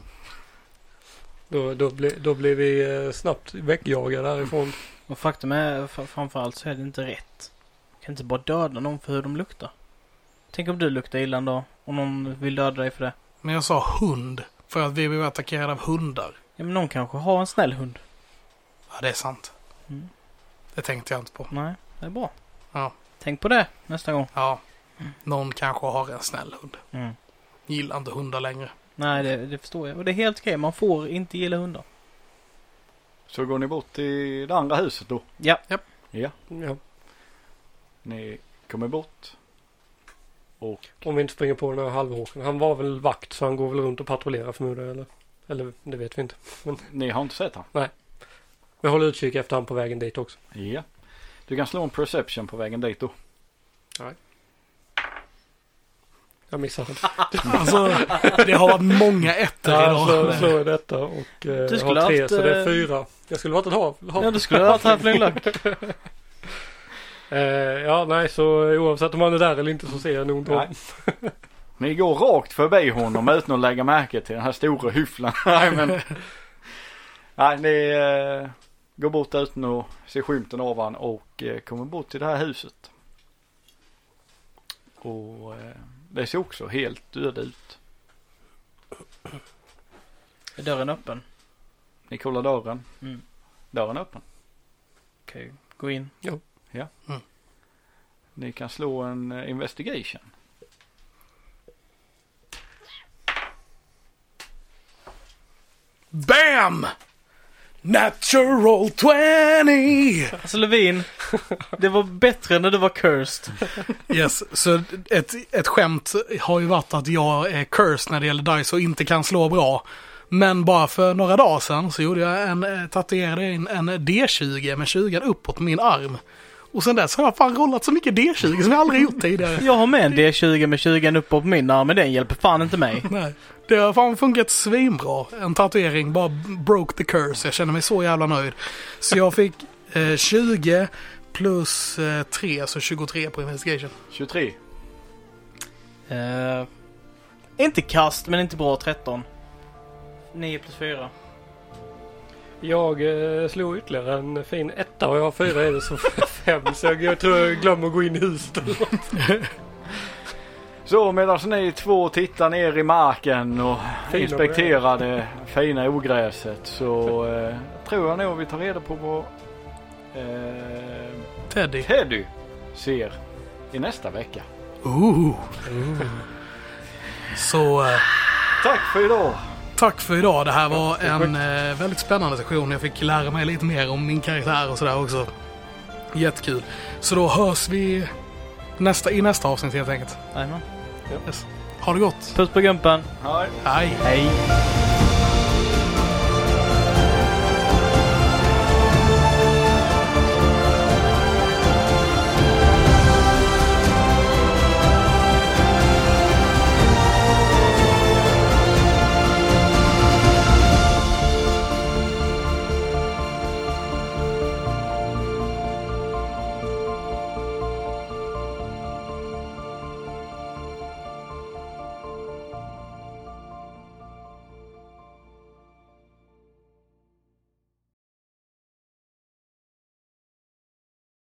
Då blir vi snabbt väckjagade därifrån. Och faktum är, framförallt så är det inte rätt. Du kan inte bara döda någon för hur de luktar. Tänk om du luktar illa då och någon vill döda dig för det. Men jag sa hund. För att vi blev attackerade av hundar. Ja, men någon kanske har en snäll hund. Ja, det är sant. Mm. Det tänkte jag inte på. Nej, det är bra. Ja. Tänk på det nästa gång. Ja. Någon kanske har en snäll hund. Mm. Gillar inte hundar längre. Nej, det förstår jag. Och det är helt okej. Man får inte gilla hundar. Så går ni bort till det andra huset då? Ja. Ja. Ja. Ni kommer bort. Och Om vi inte springer på den här halvåken. Han var väl vakt så han går väl runt och patrullerar förmodligen eller det vet vi inte. Men ni har inte sett han? vi håller utkik efter han på vägen dit också. Ja. Du kan slå en perception på vägen dit då. Nej. Jag missade. Alltså, det har varit många ettor Ja, idag. så är detta och Du jag har 3 så det är 4. Jag skulle varit ett hav. Ja, du skulle ha varit här flinglack. Ja, nej, så oavsett om han är där eller inte så ser jag nog inte. Nej. Ni går rakt förbi honom utan att lägga märke till den här stora hyfflan. Nej, ni går bort utan att se skymten av han och kommer bort till det här huset. Och det ser också helt död ut. Är dörren öppen? Ni kollar dörren. Mm. Dörren är öppen. Okej, gå in. Ja. Ja. Mm. Ni kan slå en investigation. BAM! Natural 20! Alltså Levin, det var bättre när du var cursed. Yes, så ett skämt har ju varit att jag är cursed när det gäller dice och inte kan slå bra. Men bara för några dagar sedan så gjorde jag tatuerade in en D20 med 20 uppåt på min arm. Och sen dess har jag fan rollat så mycket D20 som jag aldrig gjort tidigare. Jag har med en D20 med 20 uppåt på min arm, men den hjälper fan inte mig. Nej, det har fan funkat svinbra. En tatuering bara broke the curse. Jag känner mig så jävla nöjd. Så jag fick 20 plus 3, så 23 på investigation. 23. Inte kast, men inte bra. 13. 9 plus 4. Jag slog ytterligare en fin 1 och jag har 4 i det, så 5. Så jag tror jag glömmer att gå in i huset eller något. Så medan ni två tittar ner i marken och inspekterar det fina ogräset, så tror jag nog vi tar reda på vad Teddy ser i nästa vecka. Så tack för idag. Tack för idag. Det här var en väldigt spännande session. Jag fick lära mig lite mer om min karaktär och sådär också. Jättekul. Så då hörs vi i nästa avsnitt helt enkelt. Amen. Yes. Ha det gott. Puss på gumpen. Hej. Hej. Hej.